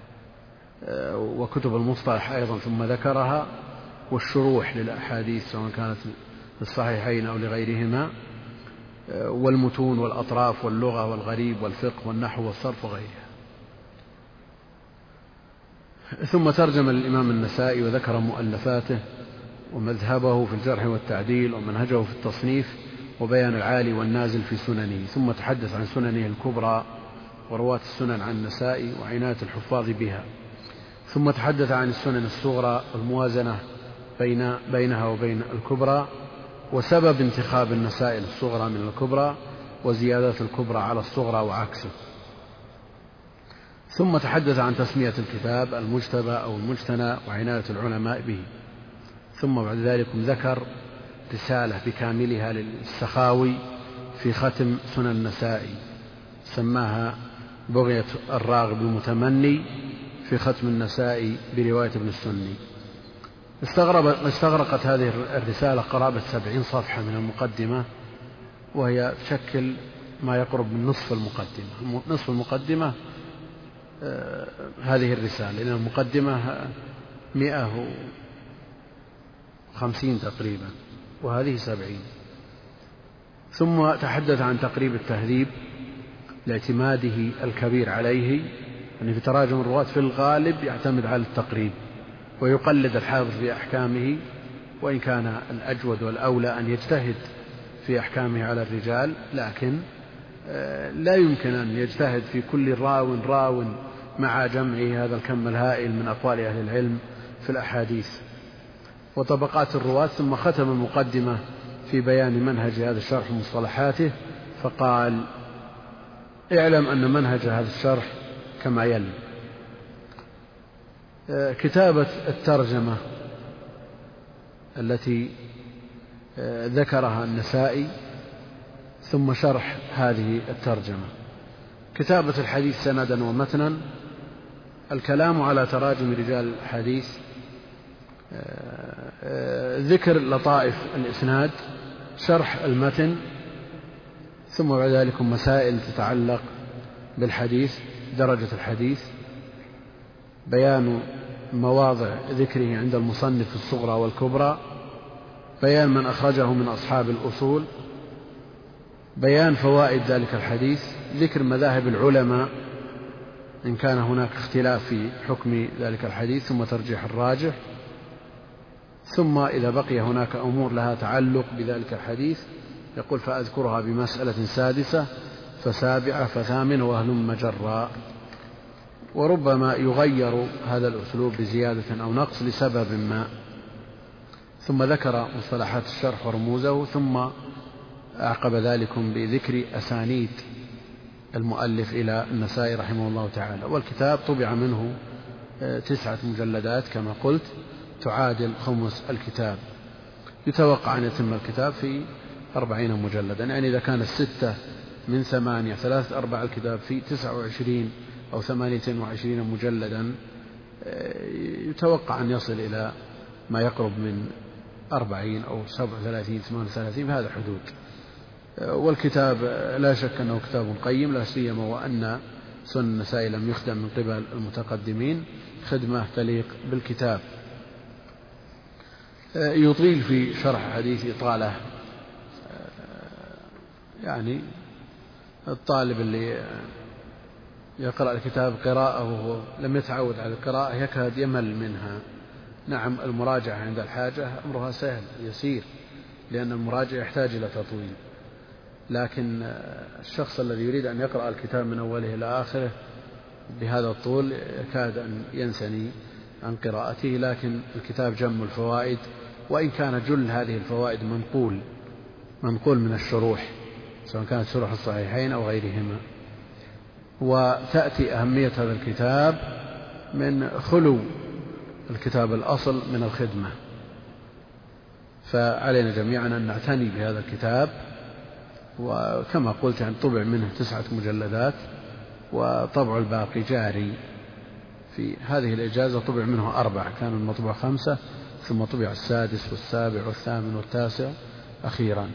وكتب المصطلح أيضا ثم ذكرها والشروح للأحاديث سواء كانت في الصحيحين أو لغيرهما والمتون والأطراف واللغة والغريب والفقه والنحو والصرف وغيرها. ثم ترجم الإمام النسائي وذكر مؤلفاته ومذهبه في الجرح والتعديل ومنهجه في التصنيف وبيان العالي والنازل في سننه. ثم تحدث عن سننه الكبرى ورواة السنن عن النسائي وعناية الحفاظ بها. ثم تحدث عن السنن الصغرى والموازنة بين بينها وبين الكبرى وسبب انتخاب النسائي الصغرى من الكبرى وزيادة الكبرى على الصغرى وعكسه. ثم تحدث عن تسمية الكتاب المجتبى أو المجتنى وعناية العلماء به. ثم بعد ذلك ذكر رسالة بكاملها للسخاوي في ختم سنن النسائي سماها بغية الراغب المتمني في ختم النسائي برواية ابن السني. استغرقت هذه الرسالة قرابة سبعين صفحة من المقدمة وهي تشكل ما يقرب من نصف المقدمة. نصف المقدمة آه هذه الرسالة لأن المقدمة مئة وخمسين تقريبا وهذه سبعين. ثم تحدث عن تقريب التهذيب لاعتماده الكبير عليه يعني في تراجم الرواة في الغالب يعتمد على التقريب ويقلد الحافظ في أحكامه وإن كان الأجود والأولى أن يجتهد في أحكامه على الرجال لكن لا يمكن أن يجتهد في كل راو راو مع جمعه هذا الكم الهائل من أقوال أهل العلم في الأحاديث وطبقات الرواة. ثم ختم المقدمة في بيان منهج هذا الشرح ومصطلحاته فقال اعلم أن منهج هذا الشرح كما يلي: كتابة الترجمة التي ذكرها النسائي ثم شرح هذه الترجمة، كتابة الحديث سندا ومتنا، الكلام على تراجم رجال الحديث، ذكر لطائف الإسناد، شرح المتن، ثم بعد ذلك مسائل تتعلق بالحديث، درجة الحديث، بيان مواضع ذكره عند المصنف الصغرى والكبرى، بيان من أخرجه من أصحاب الأصول، بيان فوائد ذلك الحديث، ذكر مذاهب العلماء إن كان هناك اختلاف في حكم ذلك الحديث ثم ترجيح الراجح، ثم إذا بقي هناك أمور لها تعلق بذلك الحديث يقول فأذكرها بمسألة سادسة فسابعة فثامنة وهلم جرا. وربما يغير هذا الأسلوب بزيادة أو نقص لسبب ما. ثم ذكر مصطلحات الشرح ورموزه، ثم أعقب ذلكم بذكر أسانيد المؤلف إلى النسائي رحمه الله تعالى. والكتاب طبع منه تسعة مجلدات كما قلت تعادل خمس الكتاب. يتوقع أن يتم الكتاب في أربعين مجلدا، يعني إذا كان الستة من ثمانية ثلاثة أرباع الكتاب في تسعة وعشرين أو ثمانية وعشرين مجلدا، يتوقع أن يصل إلى ما يقرب من أربعين أو سبعة وثلاثين ثمانية وثلاثين في هذا الحدود. والكتاب لا شك أنه كتاب قيم، لا سيما وأن سنن النسائي لم يخدم من قبل المتقدمين خدمة تليق بالكتاب. يطيل في شرح حديث إطالة، يعني الطالب اللي يقرأ الكتاب قراءة وهو لم يتعود على القراءة يكاد يمل منها. نعم المراجعة عند الحاجة أمرها سهل يسير، لأن المراجعة يحتاج إلى تطويل، لكن الشخص الذي يريد أن يقرأ الكتاب من أوله إلى آخره بهذا الطول يكاد أن ينسني عن قراءته. لكن الكتاب جم الفوائد، وإن كان جل هذه الفوائد منقول منقول من الشروح سواء كانت شروح الصحيحين أو غيرهما. وتأتي أهمية هذا الكتاب من خلو الكتاب الأصل من الخدمة، فعلينا جميعا أن نعتني بهذا الكتاب. وكما قلت يعني طبع منه تسعة مجلدات، وطبع الباقي جاري. في هذه الإجازة طبع منه أربع، كان المطبوع خمسة ثم طبع السادس والسابع والثامن والتاسع أخيرا.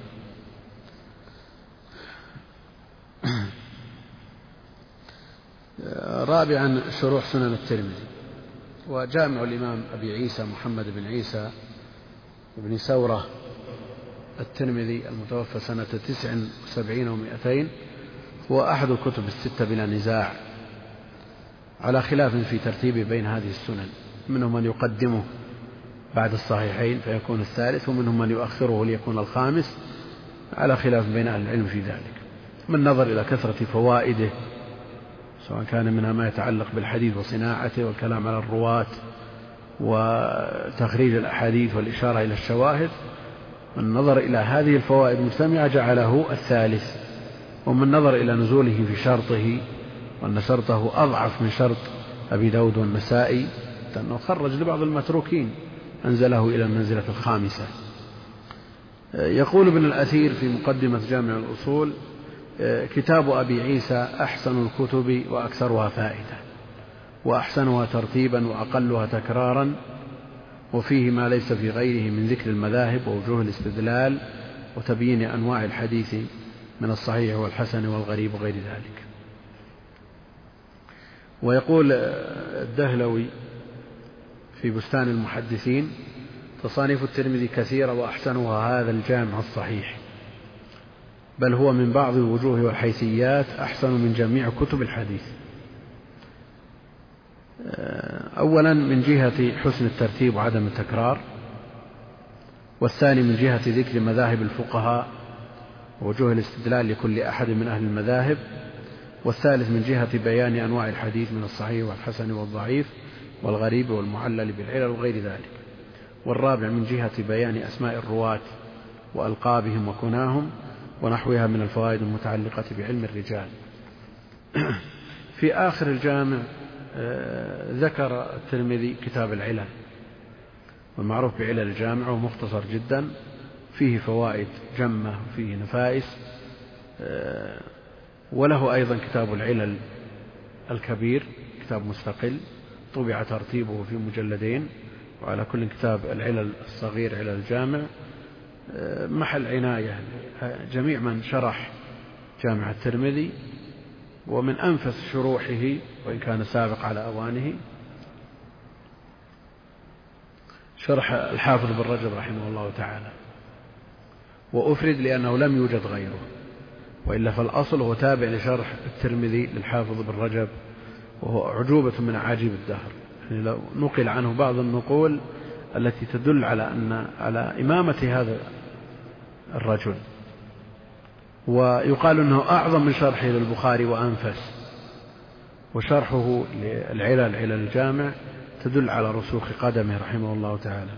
رابعا شروح سنن الترمذي. وجامع الإمام أبي عيسى محمد بن عيسى بن سورة الترمذي المتوفى سنة تسع وسبعين ومائتين هو أحد الكتب الستة بلا نزاع، على خلاف في ترتيب بين هذه السنن. منهم من يقدمه بعد الصحيحين فيكون الثالث، ومنهم من يؤخره ليكون الخامس، على خلاف بين أهل العلم في ذلك، من نظر إلى كثرة فوائده سواء كان منها ما يتعلق بالحديث وصناعته والكلام على الرواة وتخريج الأحاديث والإشارة إلى الشواهد. من نظر إلى هذه الفوائد المجتمعة جعله الثالث، ومن نظر إلى نزوله في شرطه وأن شرطه أضعف من شرط أبي داود والنسائي لأنه خرج لبعض المتروكين أنزله إلى المنزلة الخامسة. يقول ابن الأثير في مقدمة جامع الأصول: كتاب أبي عيسى أحسن الكتب وأكثرها فائدة، وأحسنها ترتيبا وأقلها تكرارا، وفيه ما ليس في غيره من ذكر المذاهب ووجوه الاستدلال وتبيين أنواع الحديث من الصحيح والحسن والغريب وغير ذلك. ويقول الدهلوي في بستان المحدثين: تصانيف الترمذي كثيرة وأحسنها هذا الجامع الصحيح، بل هو من بعض الوجوه والحيثيات أحسن من جميع كتب الحديث. أولا من جهة حسن الترتيب وعدم التكرار، والثاني من جهة ذكر مذاهب الفقهاء ووجوه الاستدلال لكل أحد من أهل المذاهب، والثالث من جهة بيان أنواع الحديث من الصحيح والحسن والضعيف والغريب والمعلل بالعلل وغير ذلك، والرابع من جهة بيان أسماء الرواة وألقابهم وكناهم ونحوها من الفوائد المتعلقة بعلم الرجال. في آخر الجامع ذكر الترمذي كتاب العلل، والمعروف بعلل الجامع ومختصر جدا، فيه فوائد جمة وفيه نفائس. وله أيضا كتاب العلل الكبير، كتاب مستقل طبع ترتيبه في مجلدين، وعلى كل كتاب العلل الصغير علل الجامع محل عناية جميع من شرح جامع الترمذي، ومن أنفس شروحه وإن كان سابق على أوانه شرح الحافظ بن رجب رحمه الله تعالى، وأفرد لأنه لم يوجد غيره. وإلا فالأصل هو تابع لشرح الترمذي للحافظ بن رجب، وهو عجوبة من عجيب الدهر. يعني لو نقل عنه بعض النقول التي تدل على أن على إمامة هذا الرجل، ويقال أنه أعظم من شرحه للبخاري وأنفس، وشرحه للعلل علل الجامع تدل على رسوخ قدمه رحمه الله تعالى.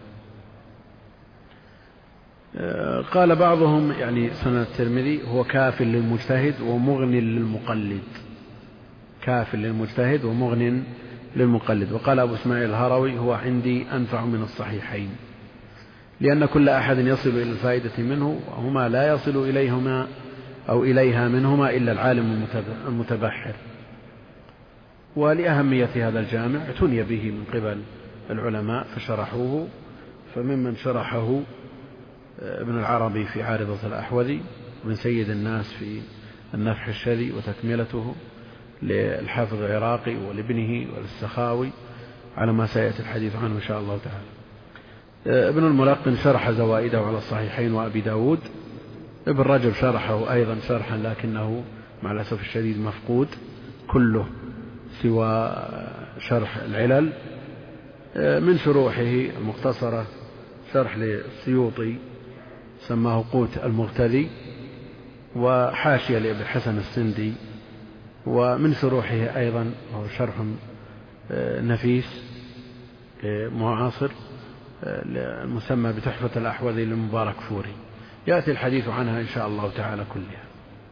قال بعضهم يعني سنن الترمذي هو كاف للمجتهد ومغن للمقلد، كاف للمجتهد ومغن للمقلد. وقال أبو اسماعيل الهروي هو عندي أنفع من الصحيحين، لأن كل أحد يصل إلى الفائدة منه، وهما لا يصل إليهما أو إليها منهما إلا العالم المتبحر. ولأهمية هذا الجامع اعتني به من قبل العلماء فشرحوه، فممن شرحه ابن العربي في عارضة الأحوذي، وابن سيد الناس في النفح الشذي وتكملته للحافظ العراقي ولابنه وللسخاوي على ما سيأتي الحديث عنه إن شاء الله تعالى. ابن الملقن شرح زوائده على الصحيحين وأبي داود. ابن رجب شرحه أيضا شرحا لكنه مع الأسف الشديد مفقود كله سوى شرح العلل. من شروحه المختصرة شرح للسيوطي سماه قوت المغتذي، وحاشية لابن حسن السندي. ومن شروحه أيضا هو شرح نفيس معاصر المسمى بتحفة الأحوذي للمبارك فوري، يأتي الحديث عنها إن شاء الله تعالى كلها.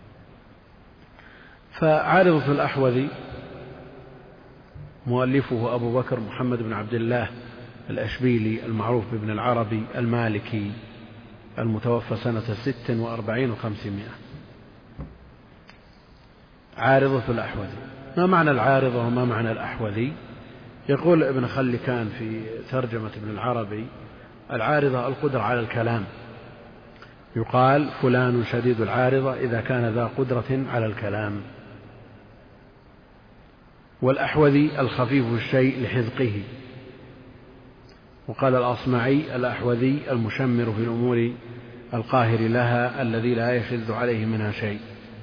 فعارضة الأحوذي مؤلفه أبو بكر محمد بن عبد الله الأشبيلي المعروف بابن العربي المالكي المتوفى سنة ست وأربعين وخمسمائة. عارضة الأحوذي، ما معنى العارضة وما معنى الأحوذي؟ يقول ابن خلكان في ترجمة ابن العربي: العارضة القدرة على الكلام، يقال فلان شديد العارضة إذا كان ذا قدرة على الكلام. والأحوذي الخفيف الشيء لحذقه. وقال الأصمعي: الأحوذي المشمر في الأمور القاهر لها الذي لا يشذ عليه منها شيء.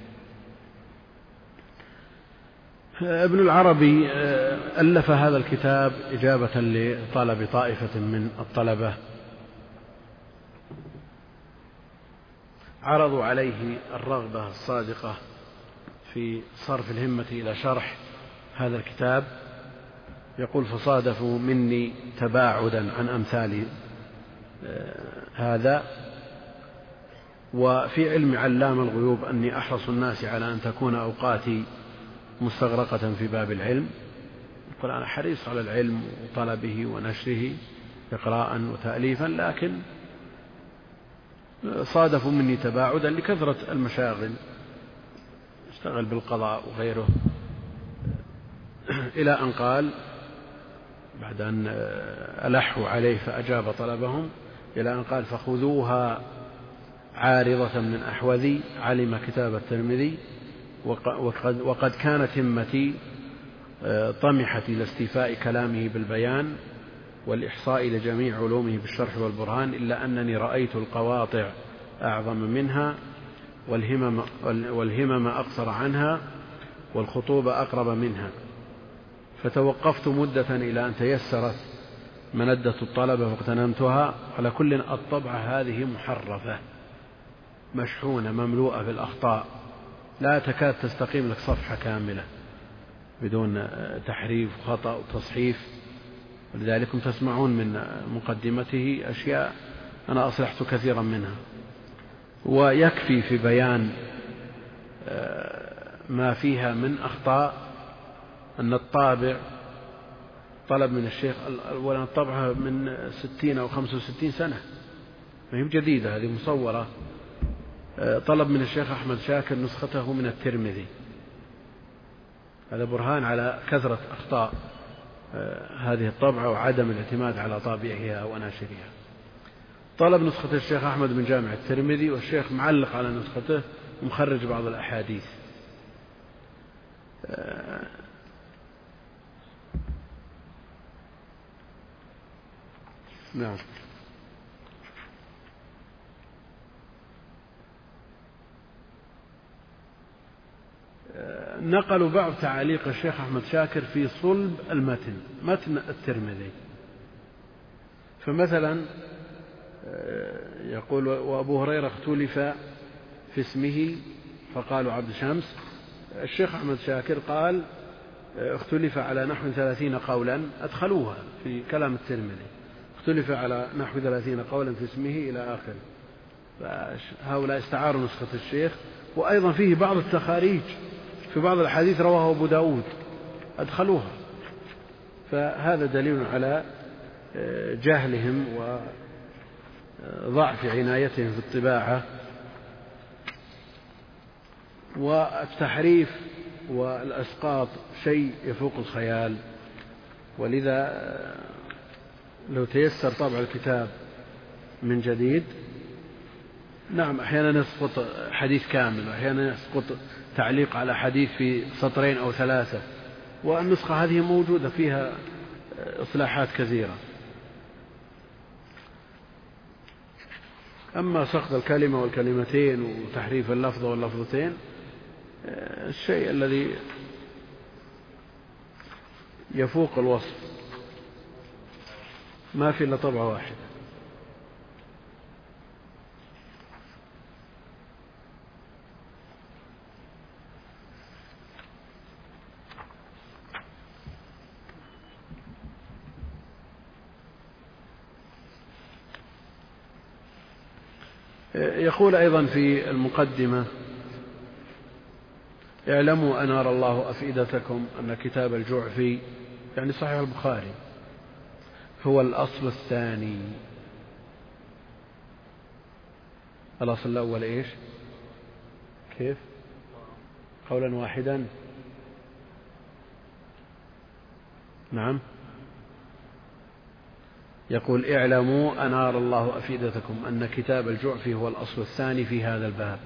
ابن العربي ألف هذا الكتاب إجابة لطلب طائفة من الطلبة عرضوا عليه الرغبة الصادقة في صرف الهمة إلى شرح هذا الكتاب. يقول: فصادفوا مني تباعدا عن أمثال هذا، وفي علم علام الغيوب أني أحرص الناس على أن تكون أوقاتي مستغرقة في باب العلم. يقول: أنا حريص على العلم وطلبه ونشره إقراء وتأليفا، لكن صادفوا مني تباعدا لكثرة المشاغل، اشتغل بالقضاء وغيره، إلى أن قال بعد أن ألحوا عليه فأجاب طلبهم، إلى أن قال: فخذوها عارضة من أحوذي علم كتاب الترمذي، وقد, وقد كانت همتي طمحت إلى استيفاء كلامه بالبيان والإحصاء لجميع علومه بالشرح والبرهان، إلا أنني رأيت القواطع أعظم منها، والهمم, والهمم أقصر عنها، والخطوب أقرب منها، فتوقفت مدة إلى أن تيسرت مندة الطلبة فاغتنمتها. على كل الطبعة هذه محرفة مشحونة مملوءة بالأخطاء، لا تكاد تستقيم لك صفحة كاملة بدون تحريف وخطأ وتصحيف. ولذلك تسمعون من مقدمته أشياء أنا أصلحت كثيرا منها. ويكفي في بيان ما فيها من أخطاء أن الطابع طلب من الشيخ، أولا الطبعة من ستين أو خمسة وستين سنة، ما هي جديدة، هذه مصورة. طلب من الشيخ أحمد شاكر نسخته من الترمذي، هذا برهان على كثرة أخطاء هذه الطبعة وعدم الاعتماد على طابعها وناشرها. طلب نسخة الشيخ أحمد من جامع الترمذي، والشيخ معلق على نسخته ومخرج بعض الأحاديث. نعم. نقلوا بعض تعاليق الشيخ أحمد شاكر في صلب المتن، متن الترمذي. فمثلا يقول: وأبو هريرة اختلف في اسمه فقالوا عبد شمس. الشيخ أحمد شاكر قال: اختلف على نحو ثلاثين قولا، أدخلوها في كلام الترمذي، اختلف على نحو ثلاثين قولا في اسمه إلى آخره. فهؤلاء استعاروا نسخة الشيخ. وأيضا فيه بعض التخاريج في بعض الحديث رواه أبو داود، أدخلوها. فهذا دليل على جهلهم وضعف عنايتهم في الطباعة. والتحريف والأسقاط شيء يفوق الخيال، ولذا لو تيسر طبع الكتاب من جديد، نعم أحيانا يسقط حديث كامل، وأحيانا يسقط تعليق على حديث في سطرين أو ثلاثة، والنسخة هذه موجودة فيها إصلاحات كثيرة. أما سقط الكلمة والكلمتين وتحريف اللفظ واللفظتين، الشيء الذي يفوق الوصف، ما في إلا طبعة واحدة. يقول أيضا في المقدمة: اعلموا أنار الله أفئدتكم أن كتاب الجعفي، يعني صحيح البخاري، هو الأصل الثاني. الأصل الأول إيش؟ كيف؟ قولا واحدا. نعم. يقول: اعلموا أنار الله أفئدتكم أن كتاب الجعفي هو الأصل الثاني في هذا الباب،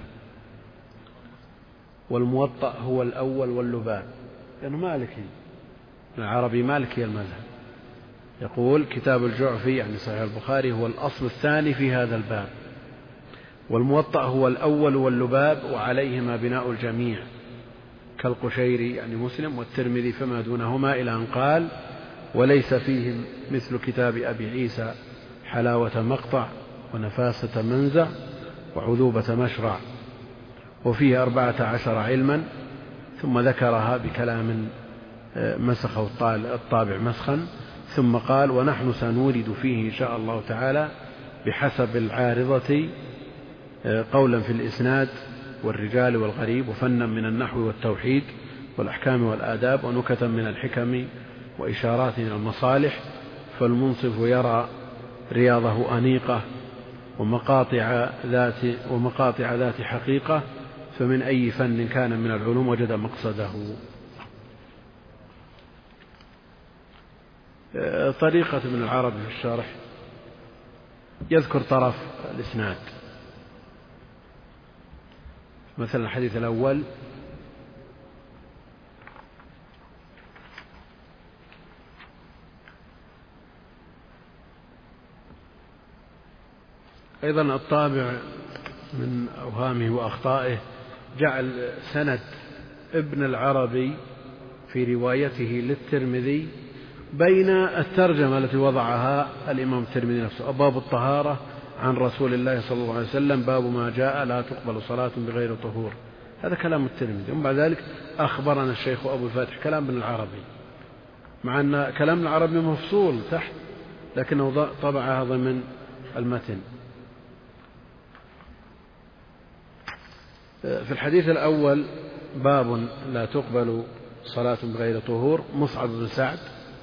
والموطأ هو الأول واللباب، لأنه مالكي، العربي مالكي المذهب. يقول: كتاب الجعفي يعني صحيح البخاري هو الأصل الثاني في هذا الباب، والموطأ هو الأول واللباب، وعليهما بناء الجميع، كالقشيري يعني مسلم والترمذي فما دونهما، إلى أن قال: وليس فيهم مثل كتاب أبي عيسى حلاوة مقطع ونفاسة منزع وعذوبة مشرع، وفيه أربعة عشر علما. ثم ذكرها بكلام مسخه الطابع مسخا، ثم قال: ونحن سنورد فيه إن شاء الله تعالى بحسب العارضة قولا في الإسناد والرجال والغريب، وفنا من النحو والتوحيد والأحكام والآداب، ونكتا من الحكم وإشارات إلى المصالح، فالمنصف يرى رياضه أنيقة ومقاطع ذات, ومقاطع ذات حقيقة، فمن أي فن كان من العلوم وجد مقصده. طريقة ابن العربي في الشرح: يذكر طرف الإسناد، مثلا الحديث الأول: أيضا الطابع من أوهامه وأخطائه جعل سند ابن العربي في روايته للترمذي بين الترجمة التي وضعها الإمام الترمذي نفسه: باب الطهارة عن رسول الله صلى الله عليه وسلم، باب ما جاء لا تقبل صلاة بغير طهور. هذا كلام الترمذي. ومن بعد ذلك أخبرنا الشيخ أبو الفاتح كلام ابن العربي، مع أن كلام ابن العربي مفصول تحت، لكنه طبعها ضمن المتن. في الحديث الأول: باب لا تقبل صلاة بغير طهور، مصعب بن سعد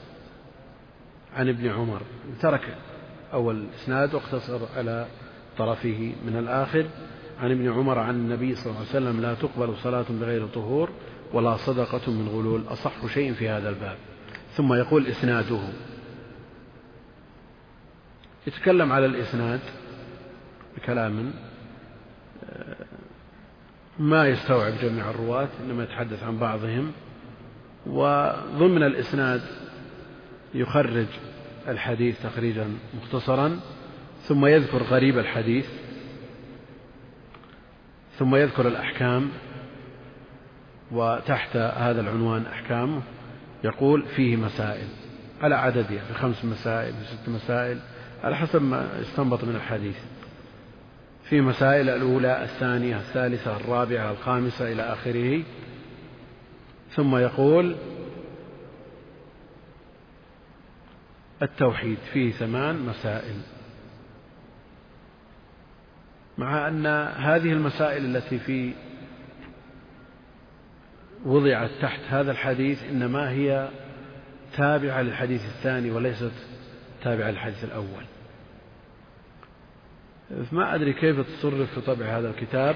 عن ابن عمر، ترك أول إسناد واقتصر على طرفه من الآخر: عن ابن عمر عن النبي صلى الله عليه وسلم لا تقبل صلاة بغير طهور ولا صدقة من غلول، أصح شيء في هذا الباب. ثم يقول: إسناده. يتكلم على الإسناد بكلام ما يستوعب جميع الرواة، إنما يتحدث عن بعضهم، وضمن الإسناد يخرج الحديث تخريجا مختصرا، ثم يذكر غريب الحديث، ثم يذكر الأحكام، وتحت هذا العنوان أحكامه يقول فيه مسائل على عددها، بخمس مسائل بست مسائل على حسب ما يستنبط من الحديث. في مسائل الأولى الثانية الثالثة الرابعة الخامسة إلى آخره. ثم يقول التوحيد فيه ثمان مسائل، مع أن هذه المسائل التي في وضعت تحت هذا الحديث إنما هي تابعة للحديث الثاني وليست تابعة للحديث الأول. فما أدري كيف تصرف في طبع هذا الكتاب،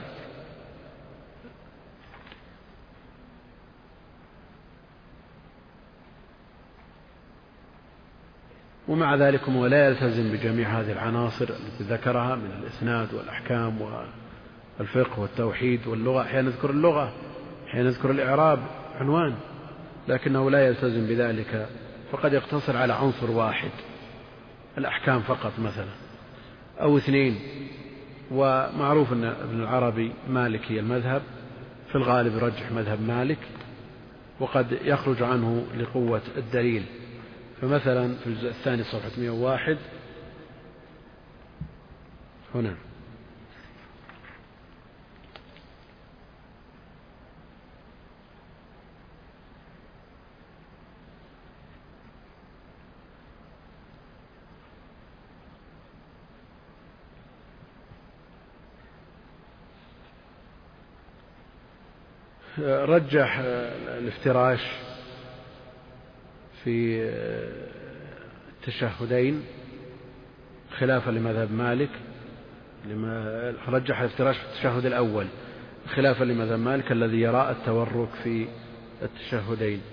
ومع ذلك هو لا يلتزم بجميع هذه العناصر التي ذكرها من الإسناد والأحكام والفقه والتوحيد واللغة. أحيانا نذكر اللغة، أحيانا نذكر الإعراب عنوان، لكنه لا يلتزم بذلك، فقد يقتصر على عنصر واحد الأحكام فقط مثلا أو اثنين. ومعروف أن ابن العربي مالكي المذهب، في الغالب يرجح مذهب مالك، وقد يخرج عنه لقوة الدليل. فمثلا في الجزء الثاني صفحة مئة وواحد هنا رجح الافتراش في التشهدين خلافا لمذهب مالك، رجح الافتراش في التشهد الأول خلافا لمذهب مالك الذي يرى التورك في التشهدين.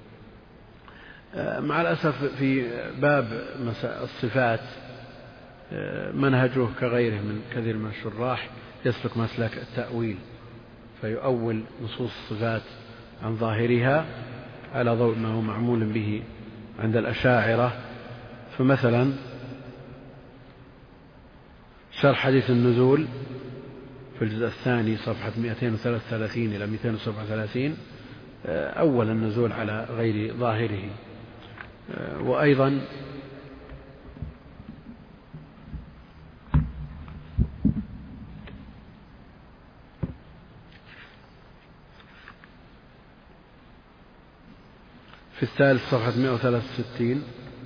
مع الأسف في باب الصفات منهجه كغيره من كثير من الشراح يسلك مسلك التأويل، فيؤول نصوص الصفات عن ظاهرها على ضوء ما هو معمول به عند الأشاعرة. فمثلا شرح حديث النزول في الجزء الثاني صفحة مئتين وثلاثة وثلاثين إلى مئتين وسبعة وثلاثين أول النزول على غير ظاهره. وأيضا في الثالث صفحة مئة وثلاثة وستين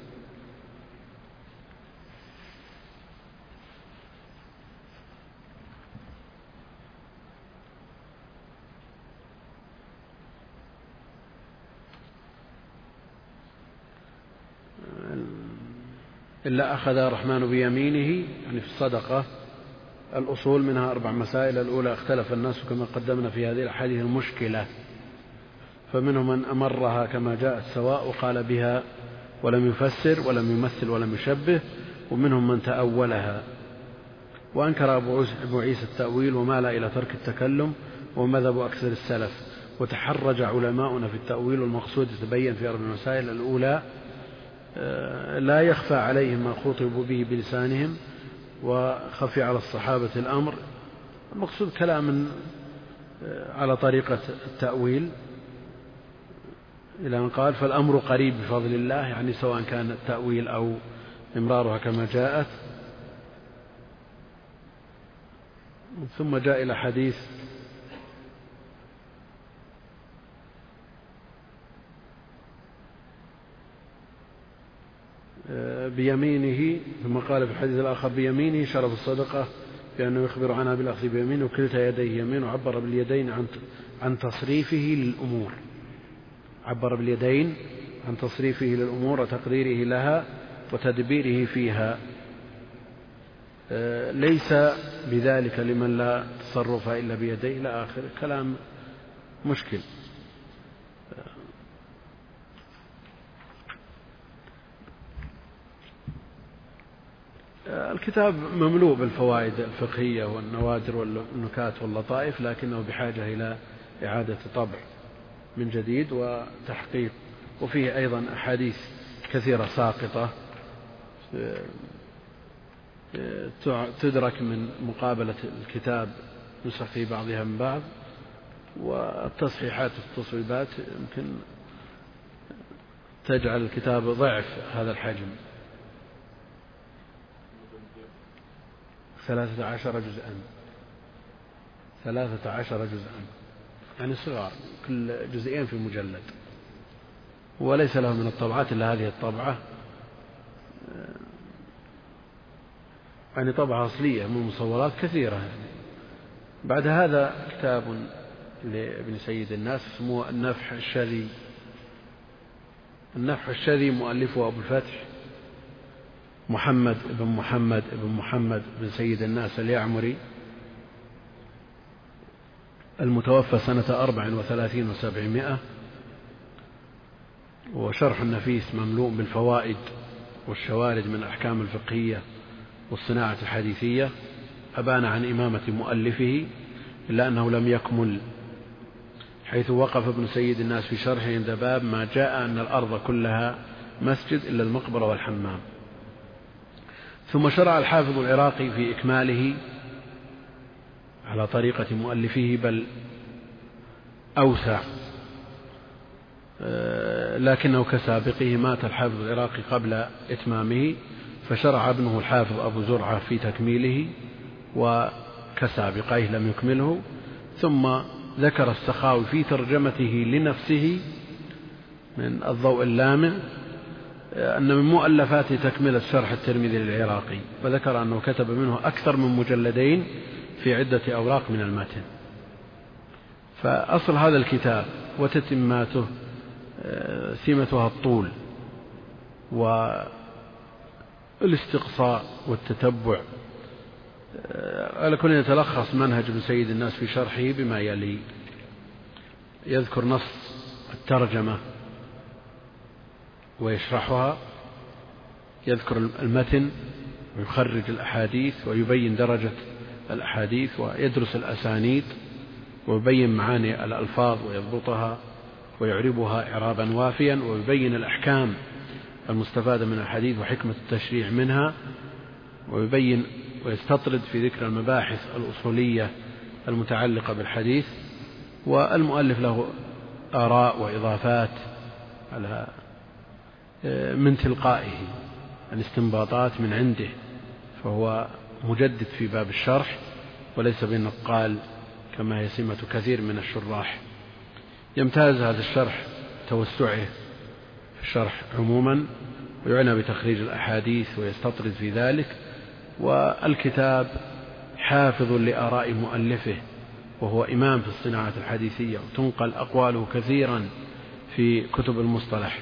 إلا أخذ الرحمن بيمينه، يعني في الصدقة الأصول منها أربع مسائل. الأولى اختلف الناس كما قدمنا في هذه الأحاديث المشكلة، فمنهم من أمرها كما جاءت سواء وقال بها ولم يفسر ولم يمثل ولم يشبه، ومنهم من تأولها وأنكر أبو عيسى التأويل ومال إلى ترك التكلم ومذهب أكثر السلف. وتحرج علماؤنا في التأويل، والمقصود يتبين في أربع مسائل. الأولى لا يخفى عليهم ما خطبوا به بلسانهم وخفي على الصحابة الأمر. المقصود كلام على طريقة التأويل إلى أن قال فالأمر قريب بفضل الله، يعني سواء كان التأويل أو إمرارها كما جاءت. ثم جاء إلى حديث بيمينه، ثم قال في الحديث الآخر بيمينه شرف الصدقة بأنه يخبر عنها بالأخذ بيمينه وكلتا يديه يمين، وعبر باليدين عن عن تصريفه للأمور، عبر باليدين عن تصريفه للأمور وتقديره لها وتدبيره فيها، ليس بذلك لمن لا تصرف إلا بيديه إلى آخر كلام مشكل. الكتاب مملوء بالفوائد الفقهية والنوادر والنكات واللطائف، لكنه بحاجة إلى إعادة طبع من جديد وتحقيق. وفيه أيضا أحاديث كثيرة ساقطة تدرك من مقابلة الكتاب نسخ في بعضها من بعض. والتصحيحات والتصويبات يمكن تجعل الكتاب ضعف هذا الحجم. ثلاثة عشر جزءا ثلاثة عشر جزءا يعني صغار، كل جزئين في مجلد، وليس له من الطبعات إلا هذه الطبعة، يعني طبعة أصلية من مصورات كثيرة يعني. بعد هذا كتاب لابن سيد الناس اسمه النفح الشذي. النفح الشذي مؤلفه أبو الفتح محمد بن محمد بن محمد بن سيد الناس اليعمري، المتوفى سنة أربع وثلاثين وسبعمائة، وشرح النفيس مملوء بالفوائد والشوارد من الأحكام الفقهية والصناعة الحديثية. أبان عن إمامة مؤلفه إلا أنه لم يكمل، حيث وقف ابن سيد الناس في شرحه عند باب ما جاء أن الأرض كلها مسجد إلا المقبرة والحمام. ثم شرع الحافظ العراقي في إكماله على طريقة مؤلفه بل أوسع، لكنه كسابقه مات الحافظ العراقي قبل إتمامه، فشرع ابنه الحافظ أبو زرعة في تكميله وكسابقيه لم يكمله. ثم ذكر السخاوي في ترجمته لنفسه من الضوء اللامع أن من مؤلفاته تكملة شرح الترمذي للعراقي، وذكر أنه كتب منه أكثر من مجلدين في عدة أوراق من المتن. فأصل هذا الكتاب وتتماته سمتها الطول والاستقصاء والتتبع. على كل يتلخص منهج ابن سيد الناس في شرحه بما يلي: يذكر نص الترجمة ويشرحها، يذكر المتن ويخرج الأحاديث ويبين درجة الأحاديث ويدرس الأسانيد ويبين معاني الألفاظ ويضبطها ويعربها إعرابا وافيا، ويبين الأحكام المستفادة من الحديث وحكمة التشريع منها، ويبين ويستطرد في ذكر المباحث الأصولية المتعلقة بالحديث. والمؤلف له آراء وإضافات على من تلقائه، الاستنباطات من عنده، فهو مجدد في باب الشرح وليس بنقال كما هي سمة كثير من الشراح. يمتاز هذا الشرح توسعه في الشرح عموما، ويعنى بتخريج الأحاديث ويستطرد في ذلك. والكتاب حافظ لآراء مؤلفه، وهو إمام في الصناعة الحديثية، وتنقل أقواله كثيرا في كتب المصطلح.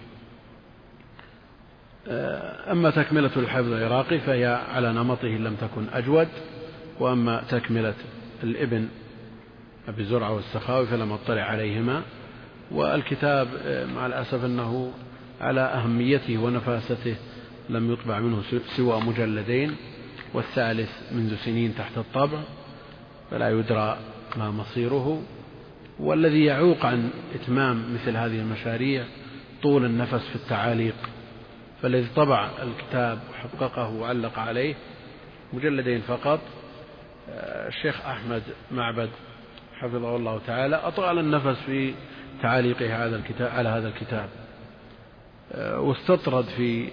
أما تكملة الحافظ العراقي فهي على نمطه لم تكن أجود، وأما تكملة الابن أبي زرعة والسخاوي فلم أطلع عليهما. والكتاب مع الأسف أنه على أهميته ونفاسته لم يطبع منه سوى مجلدين، والثالث منذ سنين تحت الطبع، فلا يدرى ما مصيره. والذي يعوق عن إتمام مثل هذه المشاريع طول النفس في التعاليق، فالذي طبع الكتاب وحققه وعلق عليه مجلدين فقط الشيخ أحمد معبد حفظه الله تعالى أطال النفس في تعاليقه على الكتاب على هذا الكتاب، واستطرد في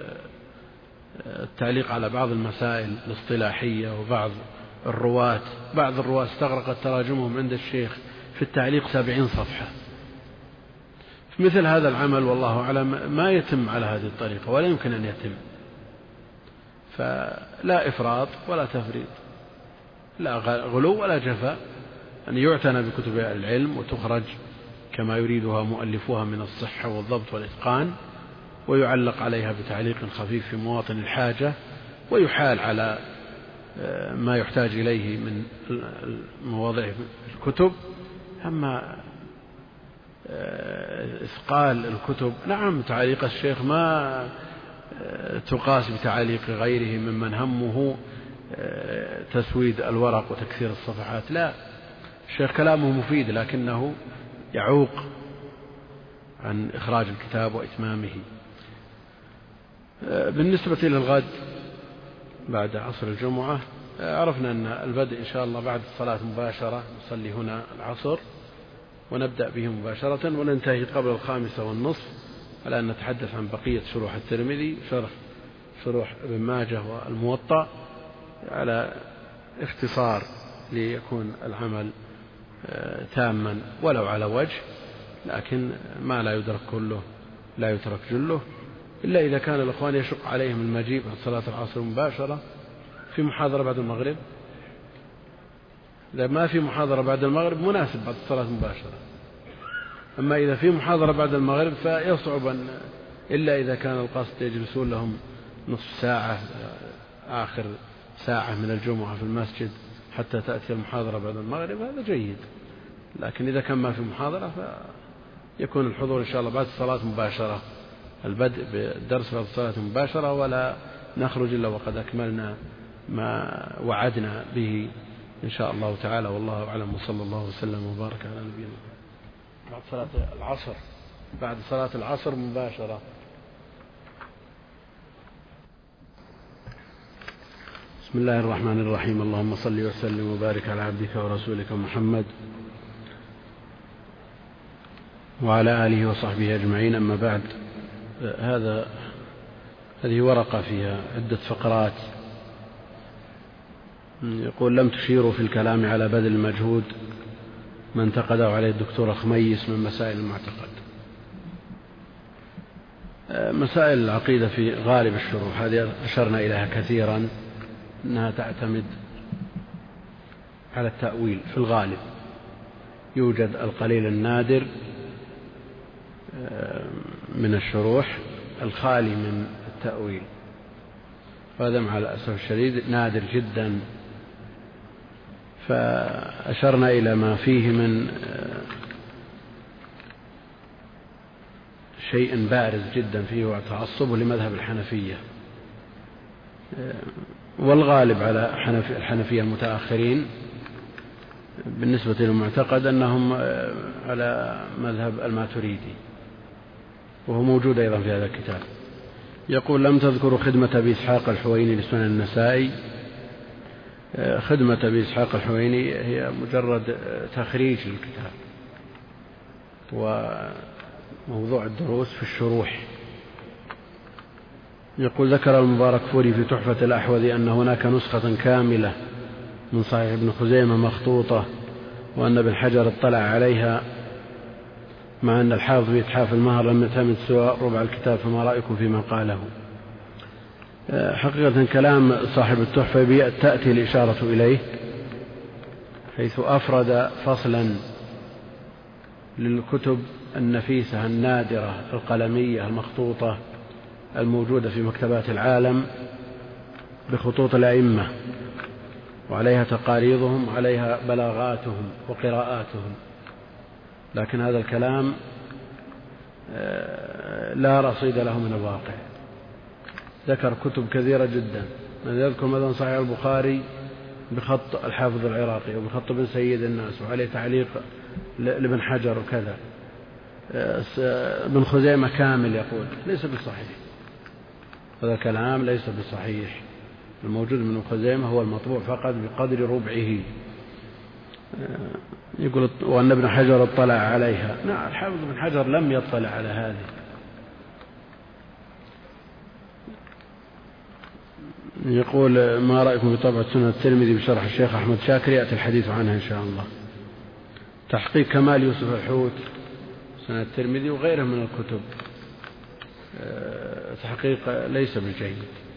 التعليق على بعض المسائل الاصطلاحية وبعض الرواة. بعض الرواة استغرقت تراجمهم عند الشيخ في التعليق سبعين صفحة. مثل هذا العمل والله أعلم ما يتم على هذه الطريقة ولا يمكن أن يتم، فلا إفراط ولا تفريط، لا غلو ولا جفاء، أن يعتنى بكتب العلم وتخرج كما يريدها مؤلفوها من الصحة والضبط والإتقان، ويعلق عليها بتعليق خفيف في مواطن الحاجة، ويحال على ما يحتاج إليه من مواضيع الكتب. أما إثقال الكتب، نعم تعليق الشيخ ما تقاس بتعليق غيره ممن همه تسويد الورق وتكثير الصفحات، لا، الشيخ كلامه مفيد لكنه يعوق عن إخراج الكتاب وإتمامه. بالنسبة للغد بعد عصر الجمعة عرفنا أن البدء إن شاء الله بعد الصلاة مباشرة، نصلي هنا العصر ونبدأ به مباشرة وننتهي قبل الخامسة والنصف، على أن نتحدث عن بقية شروح الترمذي، شرح شروح ابن ماجه والموطأ على اختصار ليكون العمل تاما ولو على وجه، لكن ما لا يدرك كله لا يترك جله، إلا إذا كان الأخوان يشق عليهم المجيء بعد صلاة العصر مباشرة في محاضرة بعد المغرب. إذا ما في محاضرة بعد المغرب مناسب بعد الصلاة مباشرة، أما إذا في محاضرة بعد المغرب فيصعب أن، إلا إذا كان القصد يجلسون لهم نصف ساعة آخر ساعة من الجمعة في المسجد حتى تأتي المحاضرة بعد المغرب، هذا جيد. لكن إذا كان ما في محاضرة فيكون الحضور إن شاء الله بعد الصلاة مباشرة، البدء بالدرس بعد الصلاة مباشرة، ولا نخرج إلا وقد أكملنا ما وعدنا به إن شاء الله تعالى. والله أعلم، وصلى الله وسلم وبارك على نبينا بعد صلاة العصر بعد صلاة العصر مباشرة. بسم الله الرحمن الرحيم. اللهم صل وسلم وبارك على عبدك ورسولك محمد وعلى آله وصحبه أجمعين. أما بعد، هذا هذه ورقة فيها عدة فقرات. يقول: لم تشيروا في الكلام على بذل المجهود ما انتقده عليه الدكتور خميس من مسائل المعتقد. مسائل العقيدة في غالب الشروح هذه أشرنا إليها كثيرا أنها تعتمد على التأويل في الغالب. يوجد القليل النادر من الشروح الخالي من التأويل، وهذا مع الأسف الشديد نادر جدا. فأشرنا إلى ما فيه من شيء بارز جدا فيه وتعصبه لمذهب الحنفية، والغالب على الحنفية المتأخرين بالنسبة للمعتقد أنهم على مذهب الماتريدي، وهو موجود أيضا في هذا الكتاب. يقول: لم تذكروا خدمة أبي إسحاق الحويني لسنن النسائي. خدمة أبي إسحاق الحويني هي مجرد تخريج للكتاب، وموضوع الدروس في الشروح. يقول: ذكر المبارك فوري في تحفة الأحوذي أن هناك نسخة كاملة من صحيح ابن خزيمة مخطوطة، وأن ابن حجر اطلع عليها، مع أن الحافظ في إتحاف المهر لم يعتمد سوى ربع الكتاب، فما رأيكم فيما قاله؟ حقيقة كلام صاحب التحفة تأتي الإشارة إليه، حيث أفرد فصلا للكتب النفيسة النادرة القلمية المخطوطة الموجودة في مكتبات العالم بخطوط الأئمة، وعليها تقاريضهم وعليها بلاغاتهم وقراءاتهم. لكن هذا الكلام لا رصيد له من الواقع. ذكر كتب كثيرة جدا، يذكر مثلا صحيح البخاري بخط الحافظ العراقي وبخط ابن سيد الناس وعليه تعليق لابن حجر وكذا. ابن خزيمة كامل يقول ليس بصحيح، هذا الكلام ليس بصحيح. الموجود من ابن خزيمة هو المطبوع فقط بقدر ربعه. يقول: وأن ابن حجر اطلع عليها. نعم، الحافظ ابن حجر لم يطلع على هذه. يقول: ما رأيكم في طبعة سنة الترمذي بشرح الشيخ أحمد شاكر؟ يأتي الحديث عنها إن شاء الله. تحقيق كمال يوسف الحوت سنة الترمذي وغيره من الكتب تحقيق ليس بالجيد،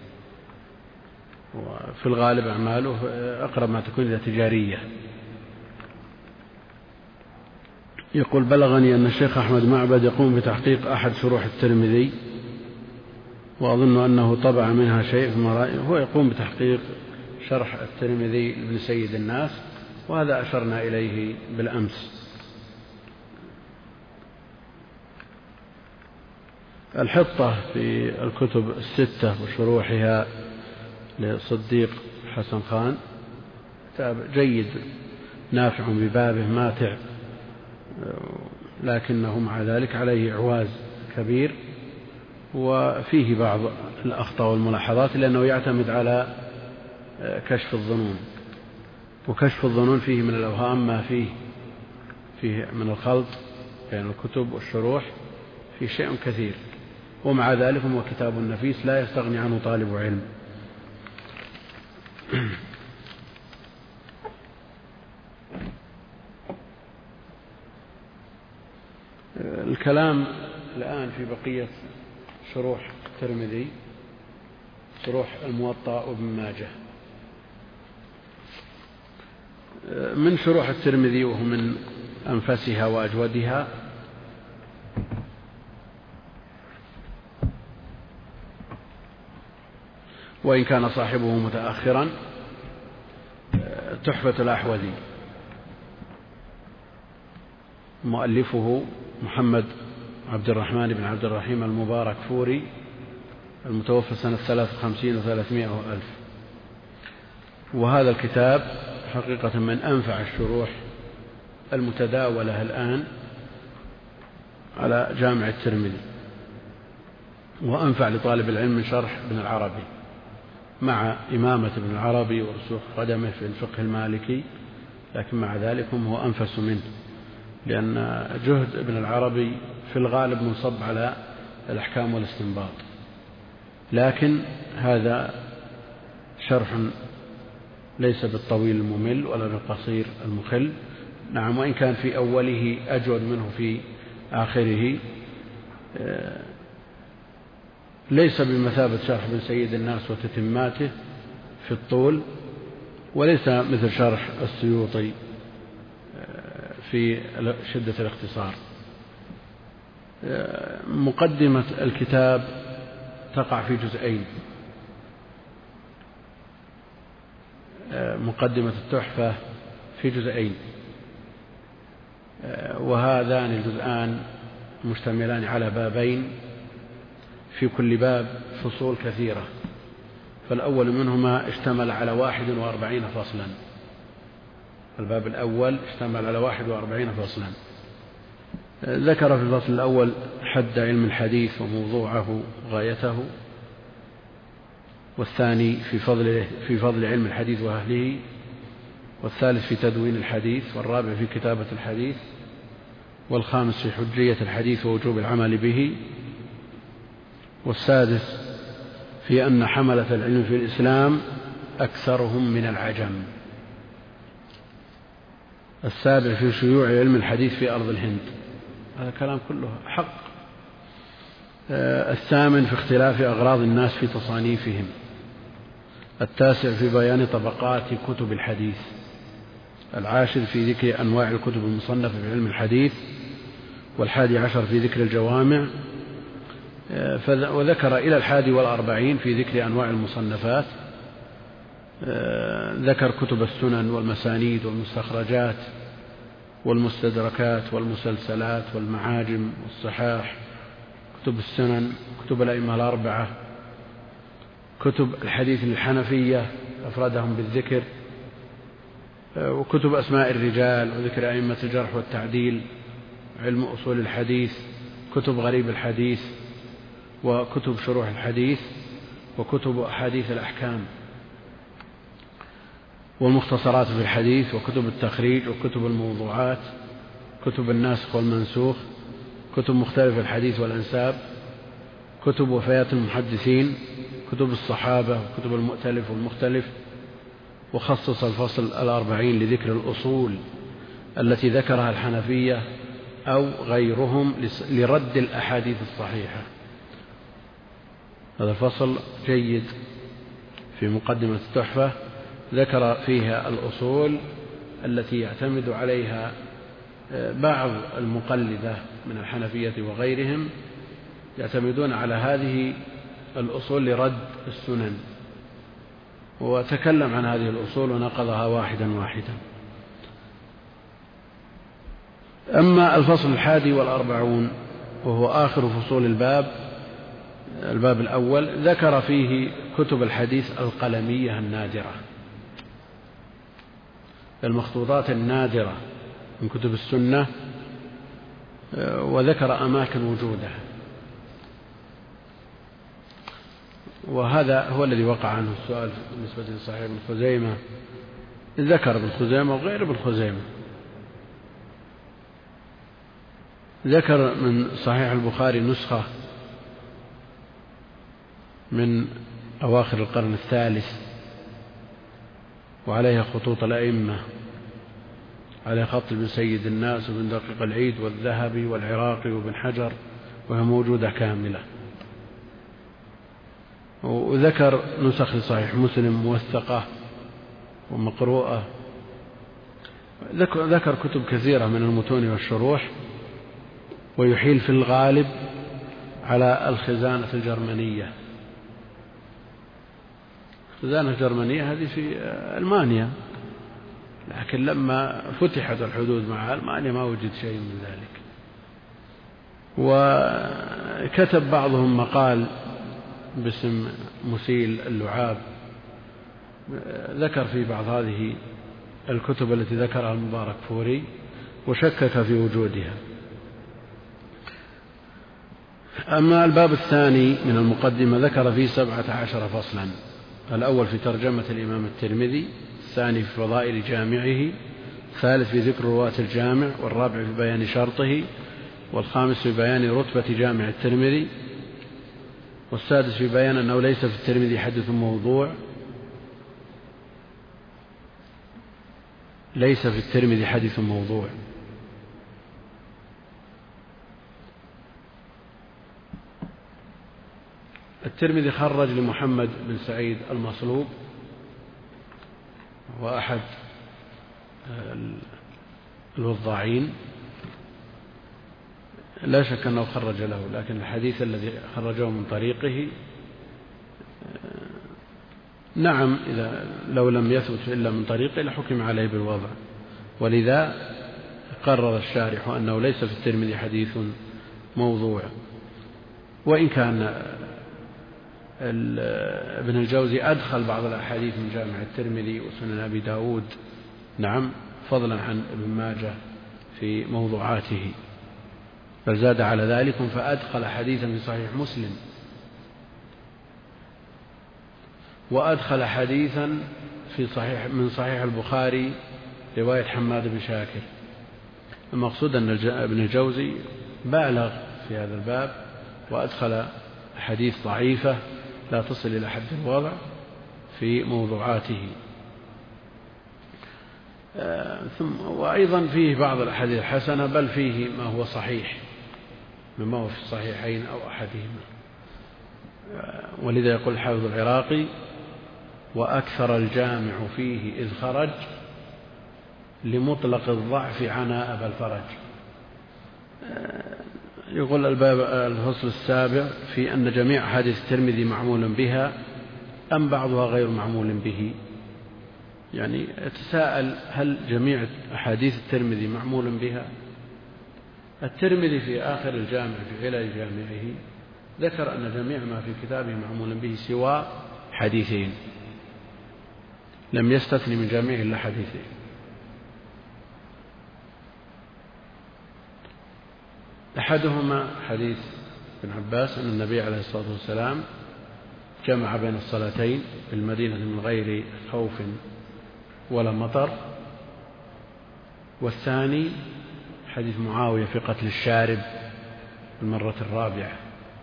وفي الغالب أعماله أقرب ما تكون إلى تجارية. يقول: بلغني أن الشيخ أحمد معبد يقوم بتحقيق أحد شروح الترمذي، وأظن أنه طبع منها شيء في مرائه. هو يقوم بتحقيق شرح الترمذي لابن سيد الناس، وهذا أشرنا إليه بالأمس. الحطة في الكتب الستة وشروحها لصديق حسن خان كتاب جيد نافع ببابه ماتع، لكنه مع ذلك عليه إعواز كبير وفيه بعض الأخطاء والملاحظات، لأنه يعتمد على كشف الظنون. وكشف الظنون فيه من الأوهام ما فيه فيه من الخلط بين الكتب والشروح، في شيء كثير، ومع ذلك هو كتاب نفيس لا يستغني عنه طالب علم. الكلام الآن في بقية شروح الترمذي، شروح الموطأ وابن ماجه. من شروح الترمذي وهو من أنفسها وأجودها وإن كان صاحبه متأخرا تحفة الأحوذي، مؤلفه محمد عبد الرحمن بن عبد الرحيم المبارك فوري، المتوفى سنة ثلاث وخمسين وثلاثمائة وألف. وهذا الكتاب حقيقة من أنفع الشروح المتداولة الآن على جامع الترمذي، وأنفع لطالب العلم من شرح ابن العربي، مع إمامة ابن العربي ورسوخ قدمه في الفقه المالكي، لكن مع ذلك هو أنفس منه، لأن جهد ابن العربي في الغالب منصب على الأحكام والاستنباط، لكن هذا شرح ليس بالطويل الممل ولا بالقصير المخل. نعم، وإن كان في أوله أجود منه في آخره، ليس بمثابة شرح ابن سيد الناس وتتماته في الطول، وليس مثل شرح السيوطي في شدة الاختصار. مقدمة الكتاب تقع في جزئين، مقدمة التحفة في جزئين، وهذان الجزءان مشتملان على بابين، في كل باب فصول كثيرة. فالأول منهما اشتمل على واحد وأربعين فصلا، الباب الأول اشتمل على واحد وأربعين فصلا. ذكر في الفصل الأول حد علم الحديث وموضوعه غايته، والثاني في فضل في فضل علم الحديث وأهله، والثالث في تدوين الحديث، والرابع في كتابة الحديث، والخامس في حجية الحديث ووجوب العمل به، والسادس في أن حملة العلم في الإسلام أكثرهم من العجم، السابع في شيوع علم الحديث في أرض الهند. هذا كلام كله حق. الثامن في اختلاف أغراض الناس في تصانيفهم. التاسع في بيان طبقات كتب الحديث. العاشر في ذكر أنواع الكتب المصنفة في علم الحديث. والحادي عشر في ذكر الجوامع، وذكر إلى الحادي والأربعين في ذكر أنواع المصنفات. ذكر كتب السنن والمسانيد والمستخرجات والمستدركات والمسلسلات والمعاجم والصحاح، كتب السنن، كتب الأئمة الأربعة، كتب الحديث الحنفية أفردهم بالذكر، وكتب أسماء الرجال وذكر أئمة الجرح والتعديل، علم أصول الحديث، كتب غريب الحديث، وكتب شروح الحديث، وكتب أحاديث الأحكام، والمختصرات في الحديث، وكتب التخريج، وكتب الموضوعات، كتب الناسخ والمنسوخ، كتب مختلف الحديث والأنساب، كتب وفيات المحدثين، كتب الصحابة، وكتب المؤتلف والمختلف. وخصص الفصل الأربعين لذكر الأصول التي ذكرها الحنفية أو غيرهم لرد الأحاديث الصحيحة. هذا الفصل جيد في مقدمة التحفة، ذكر فيها الأصول التي يعتمد عليها بعض المقلدة من الحنفية وغيرهم، يعتمدون على هذه الأصول لرد السنن، وتكلم عن هذه الأصول ونقضها واحدا واحدا. أما الفصل الحادي والأربعون وهو آخر فصول الباب، الباب الأول، ذكر فيه كتب الحديث القلمية النادرة، المخطوطات النادرة من كتب السنة، وذكر أماكن وجودها. وهذا هو الذي وقع عنه السؤال بالنسبة لصحيح ابن خزيمة، ذكر ابن خزيمة وغير ابن خزيمة. ذكر من صحيح البخاري نسخة من أواخر القرن الثالث وعليها خطوط الأئمة، على خط ابن سيد الناس وابن دقيق العيد والذهبي والعراقي وابن حجر، وهي موجودة كاملة. وذكر نسخ صحيح مسلم موثقة ومقروءة. ذكر كتب كثيرة من المتون والشروح، ويحيل في الغالب على الخزانة الجرمنية. الخزانة الجرمنية هذه في ألمانيا، لكن لما فتحت الحدود مع ألمانيا ما وجد شيء من ذلك. وكتب بعضهم مقال باسم مسيل اللعاب، ذكر في بعض هذه الكتب التي ذكرها المبارك فوري وشكك في وجودها. أما الباب الثاني من المقدمة ذكر فيه سبعة عشر فصلا: الأول في ترجمة الإمام الترمذي، الثاني في فضائل جامعه، الثالث في ذكر رواة الجامع، والرابع في بيان شرطه، والخامس في بيان رتبة جامع الترمذي، والسادس في بيان أنه ليس في الترمذي حديث موضوع ليس في الترمذي حديث موضوع. الترمذي خرج لمحمد بن سعيد المصلوب، وأحد الوضاعين، لا شك أنه خرج له، لكن الحديث الذي خرجه من طريقه نعم إذا لو لم يثبت إلا من طريقه لحكم عليه بالوضع، ولذا قرر الشارح أنه ليس في الترمذي حديث موضوع. وإن كان ابن الجوزي أدخل بعض الأحاديث من جامع الترمذي وسنن أبي داود، نعم، فضلا عن ابن ماجه في موضوعاته، بل زاد على ذلك فأدخل حديثا في صحيح مسلم، وأدخل حديثا في صحيح من صحيح البخاري رواية حماد بن شاكر. المقصود أن ابن الجوزي بالغ في هذا الباب وأدخل حديث ضعيفة لا تصل إلى حد الوضع في موضوعاته. ثم وأيضا فيه بعض الأحاديث الحسنة، بل فيه ما هو صحيح مما هو في الصحيحين أو أحدهما. ولذا يقول الحافظ العراقي: وأكثر الجامع فيه إذ خرج لمطلق الضعف عناء أبا الفرج. يقول الباب الفصل السابع في أن جميع أحاديث الترمذي معمول بها أم بعضها غير معمول به. يعني يتساءل هل جميع أحاديث الترمذي معمول بها؟ الترمذي في آخر الجامع في علل جامعه ذكر أن جميع ما في كتابه معمول به سوى حديثين، لم يستثني من جامعه إلا حديثين. أحدهما حديث ابن عباس أن النبي عليه الصلاة والسلام جمع بين الصلاتين في المدينة من غير خوف ولا مطر. والثاني حديث معاوية في قتل الشارب المرة الرابعة،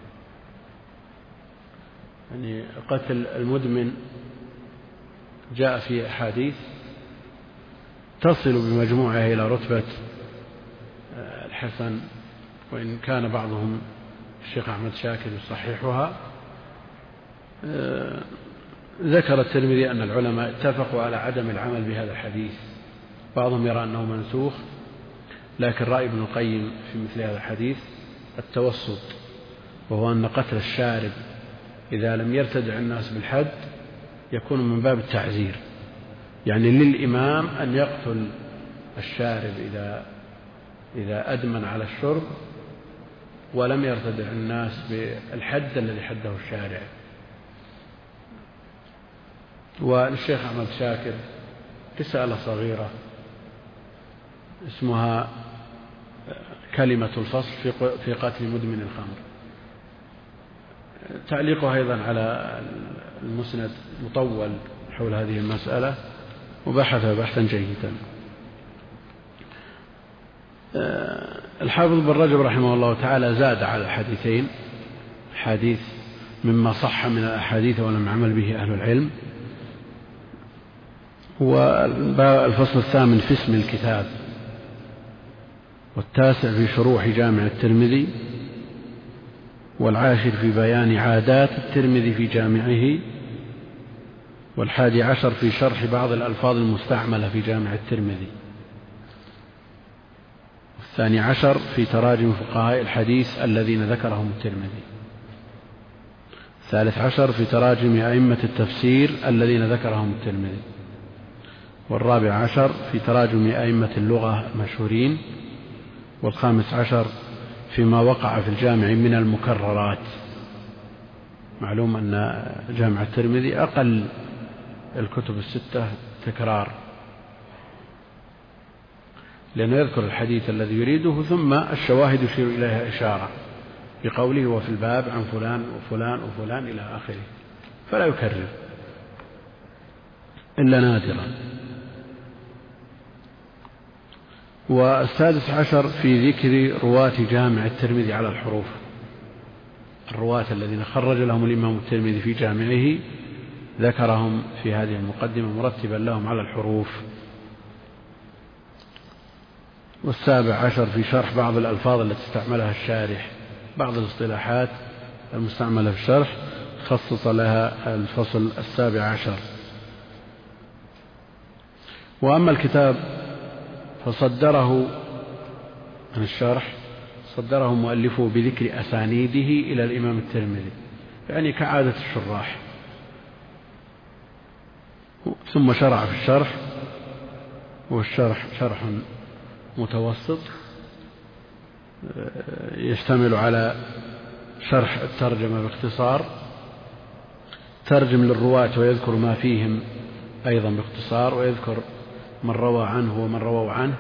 يعني قتل المدمن جاء في أحاديث تصل بمجموعها إلى رتبة الحسن، وإن كان بعضهم الشيخ أحمد شاكر يصححها. ذكر الترمذي أن العلماء اتفقوا على عدم العمل بهذا الحديث، بعضهم يرى أنه منسوخ، لكن رأي ابن القيم في مثل هذا الحديث التوسط، وهو أن قتل الشارب إذا لم يرتدع الناس بالحد يكون من باب التعزير، يعني للإمام أن يقتل الشارب إذا إذا أدمن على الشرب ولم يرتدع الناس بالحد الذي حده الشارع. وللشيخ أحمد شاكر رسالة صغيرة اسمها كلمة الفصل في قتل مدمن الخمر، تعليقه أيضا على المسند مطول حول هذه المسألة وبحث بحثا جيدا. الحافظ بن رجب رحمه الله تعالى زاد على الحديثين حديث مما صح من الأحاديث ولم يعمل به أهل العلم. والفصل الثامن في اسم الكتاب، والتاسع في شروح جامع الترمذي، والعاشر في بيان عادات الترمذي في جامعه، والحادي عشر في شرح بعض الألفاظ المستعملة في جامع الترمذي، والثاني عشر في تراجم فقهاء الحديث الذين ذكرهم الترمذي، الثالث عشر في تراجم أئمة التفسير الذين ذكرهم الترمذي، والرابع عشر في تراجم أئمة اللغة المشهورين، والخامس عشر فيما وقع في الجامع من المكررات. معلوم أن جامع الترمذي أقل الكتب الستة تكرار، لأنه يذكر الحديث الذي يريده ثم الشواهد يشير إليها إشارة بقوله وفي الباب عن فلان وفلان وفلان إلى آخره، فلا يكرر إلا نادرا. والسادس عشر في ذكر رواة جامع الترمذي على الحروف، الرواة الذين خرج لهم الإمام الترمذي في جامعه ذكرهم في هذه المقدمة مرتبا لهم على الحروف. والسابع عشر في شرح بعض الألفاظ التي استعملها الشارح، بعض الاصطلاحات المستعملة في الشرح خصص لها الفصل السابع عشر. وأما الكتاب فصدره عن الشرح صدره مؤلفه بذكر أسانيده إلى الإمام الترمذي، يعني كعادة الشراح، ثم شرع في الشرح، والشرح شرح متوسط يشتمل على شرح الترجمة باختصار، ترجم للرواة ويذكر ما فيهم أيضا باختصار، ويذكر من روى عنه ومن رووا عنه،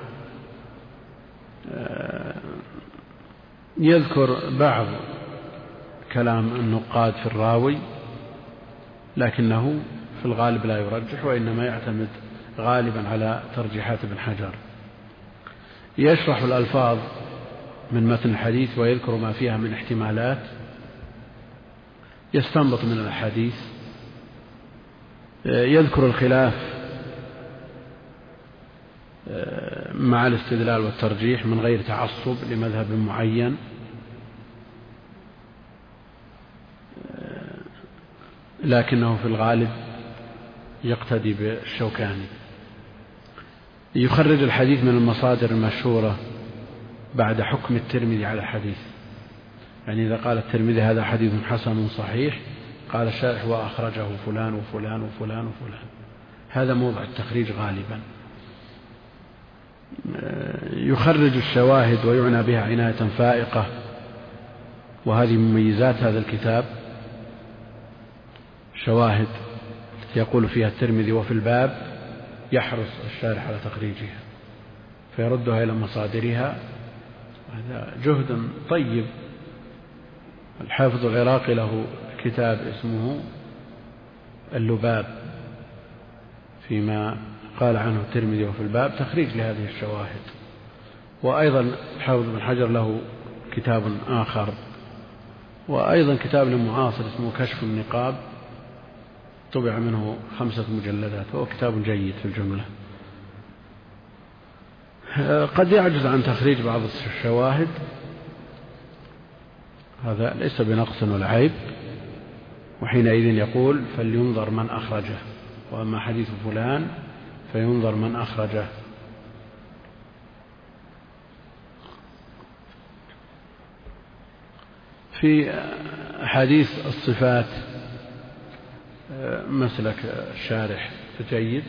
يذكر بعض كلام النقاد في الراوي لكنه في الغالب لا يرجح، وإنما يعتمد غالبا على ترجيحات ابن حجر. يشرح الألفاظ من متن الحديث ويذكر ما فيها من احتمالات، يستنبط من الأحاديث، يذكر الخلاف مع الاستدلال والترجيح من غير تعصب لمذهب معين، لكنه في الغالب يقتدي بالشوكاني. يخرج الحديث من المصادر المشهورة بعد حكم الترمذي على الحديث، يعني إذا قال الترمذي هذا حديث حسن صحيح قال الشارح وأخرجه فلان وفلان وفلان وفلان، هذا موضع التخريج غالبا. يخرج الشواهد ويعنى بها عناية فائقة، وهذه مميزات هذا الكتاب، شواهد يقول فيها الترمذي وفي الباب يحرص الشارح على تخريجها فيردها إلى مصادرها، هذا جهد طيب. الحافظ العراقي له كتاب اسمه اللباب فيما قال عنه الترمذي وفي الباب، تخريج لهذه الشواهد. وأيضا الحافظ بن حجر له كتاب آخر، وأيضا كتاب للمعاصر اسمه كشف النقاب، طبع منه خمسة مجلدات، وهو كتاب جيد في الجملة. قد يعجز عن تخريج بعض الشواهد، هذا ليس بنقص ولا عيب، وحينئذ يقول فلينظر من أخرجه، وأما حديث فلان فينظر من أخرجه. في حديث الصفات مسلك الشارح جيد،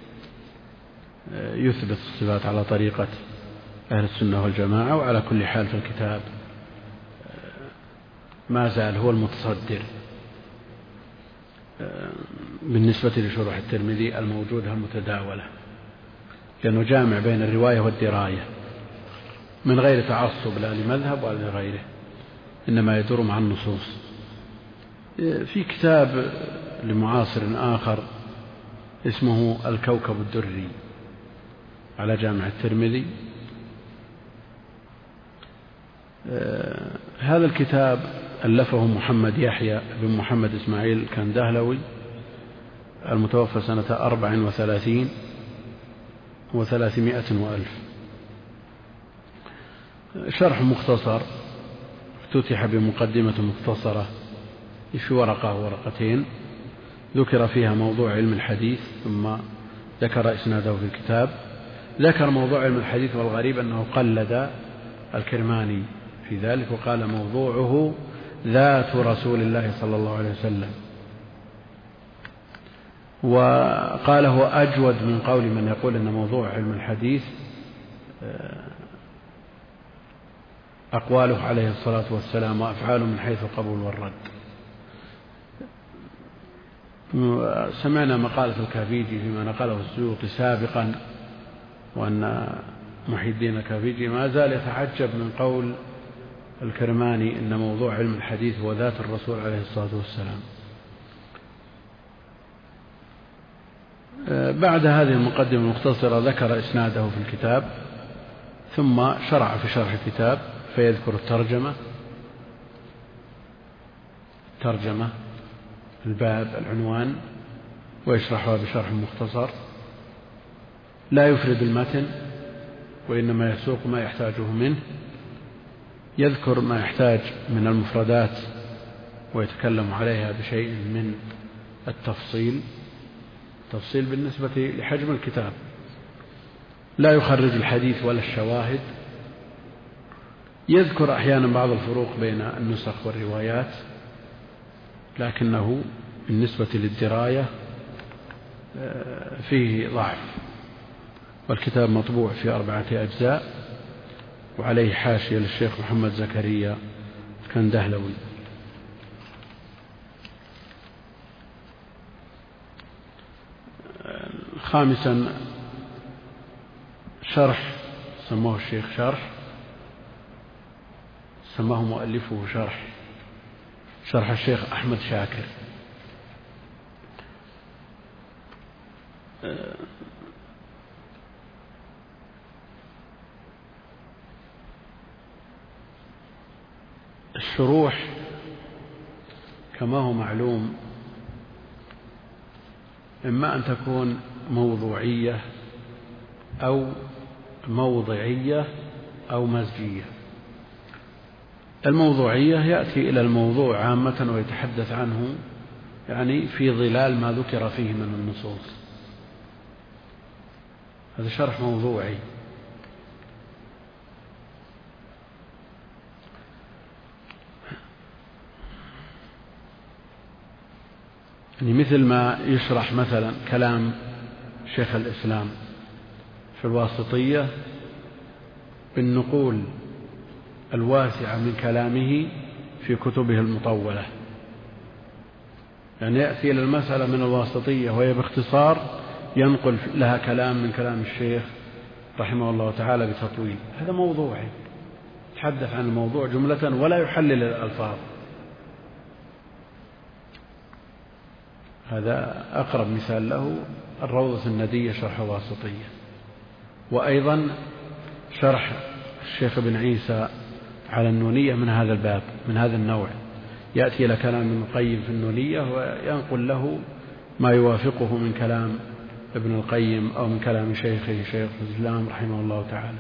يثبت الصفات على طريقة أهل السنة والجماعة، وعلى كل حال في الكتاب ما زال هو المتصدر بالنسبة لشروح الترمذي الموجودة المتداولة، لأنه جامع بين الرواية والدراية من غير تعصب لا لمذهب ولا لغيره، إنما يدور مع النصوص. في كتاب لمعاصر آخر اسمه الكوكب الدري على جامع الترمذي. هذا الكتاب ألفه محمد يحيى بن محمد إسماعيل الكندهلوي المتوفى سنة أربع وثلاثين وثلاثمائة وألف. شرح مختصر افتتح بمقدمة مختصرة في ورقة ورقتين ذكر فيها موضوع علم الحديث، ثم ذكر إسناده في الكتاب. ذكر موضوع علم الحديث، والغريب أنه قلد الكرماني في ذلك وقال موضوعه ذات رسول الله صلى الله عليه وسلم، وقال هو أجود من قول من يقول أن موضوع علم الحديث أقواله عليه الصلاة والسلام وأفعاله من حيث القبول والرد. سمعنا مقالة الكافيجي فيما نقله السيوطي سابقا، وأن محي الدين الكافيجي ما زال يتعجب من قول الكرماني إن موضوع علم الحديث هو ذات الرسول عليه الصلاة والسلام. بعد هذه المقدمة المختصرة ذكر إسناده في الكتاب، ثم شرع في شرح الكتاب فيذكر الترجمة ترجمة الباب العنوان ويشرحها بشرح مختصر، لا يفرد المتن وإنما يسوق ما يحتاجه منه، يذكر ما يحتاج من المفردات ويتكلم عليها بشيء من التفصيل تفصيل بالنسبة لحجم الكتاب، لا يخرج الحديث ولا الشواهد. يذكر أحيانا بعض الفروق بين النسخ والروايات، لكنه بالنسبة للدراية فيه ضعف. والكتاب مطبوع في أربعة أجزاء وعليه حاشية للشيخ محمد زكريا الكندهلوي. خامسا شرح سماه الشيخ شرح سماه مؤلفه شرح شرح الشيخ أحمد شاكر. الشروح كما هو معلوم إما أن تكون موضوعية أو موضعية أو مزجية. الموضوعية يأتي إلى الموضوع عامة ويتحدث عنه يعني في ظلال ما ذكر فيه من النصوص، هذا شرح موضوعي. يعني مثل ما يشرح مثلا كلام شيخ الإسلام في الواسطية بالنقول الواسعة من كلامه في كتبه المطولة، يعني يأتي إلى المسألة من الواسطية وهي باختصار ينقل لها كلام من كلام الشيخ رحمه الله تعالى بتطويل، هذا موضوعي، يتحدث عن الموضوع جملة ولا يحلل الألفاظ. هذا أقرب مثال له الروضة الندية شرح الواسطية. وأيضا شرح الشيخ ابن عيسى على النونية من هذا الباب من هذا النوع، يأتي إلى كلام ابن القيم في النونية وينقل له ما يوافقه من كلام ابن القيم أو من كلام شيخه شيخ الإسلام رحمه الله تعالى.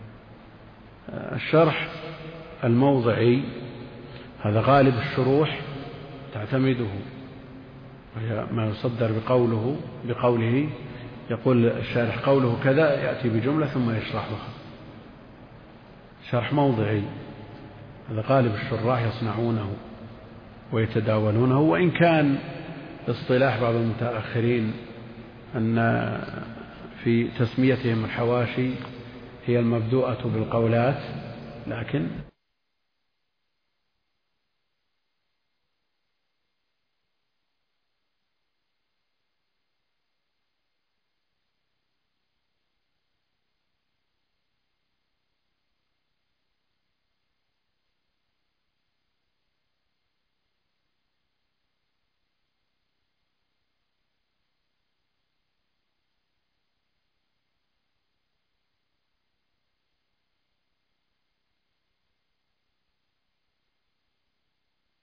الشرح الموضعي هذا غالب الشروح تعتمده، وهي ما يصدر بقوله بقوله يقول الشارح قوله كذا يأتي بجملة ثم يشرحها. شرح موضعي هذا غالب الشراح يصنعونه ويتداولونه، وإن كان اصطلاح بعض المتأخرين أن في تسميتهم الحواشي هي المبدوءة بالقولات، لكن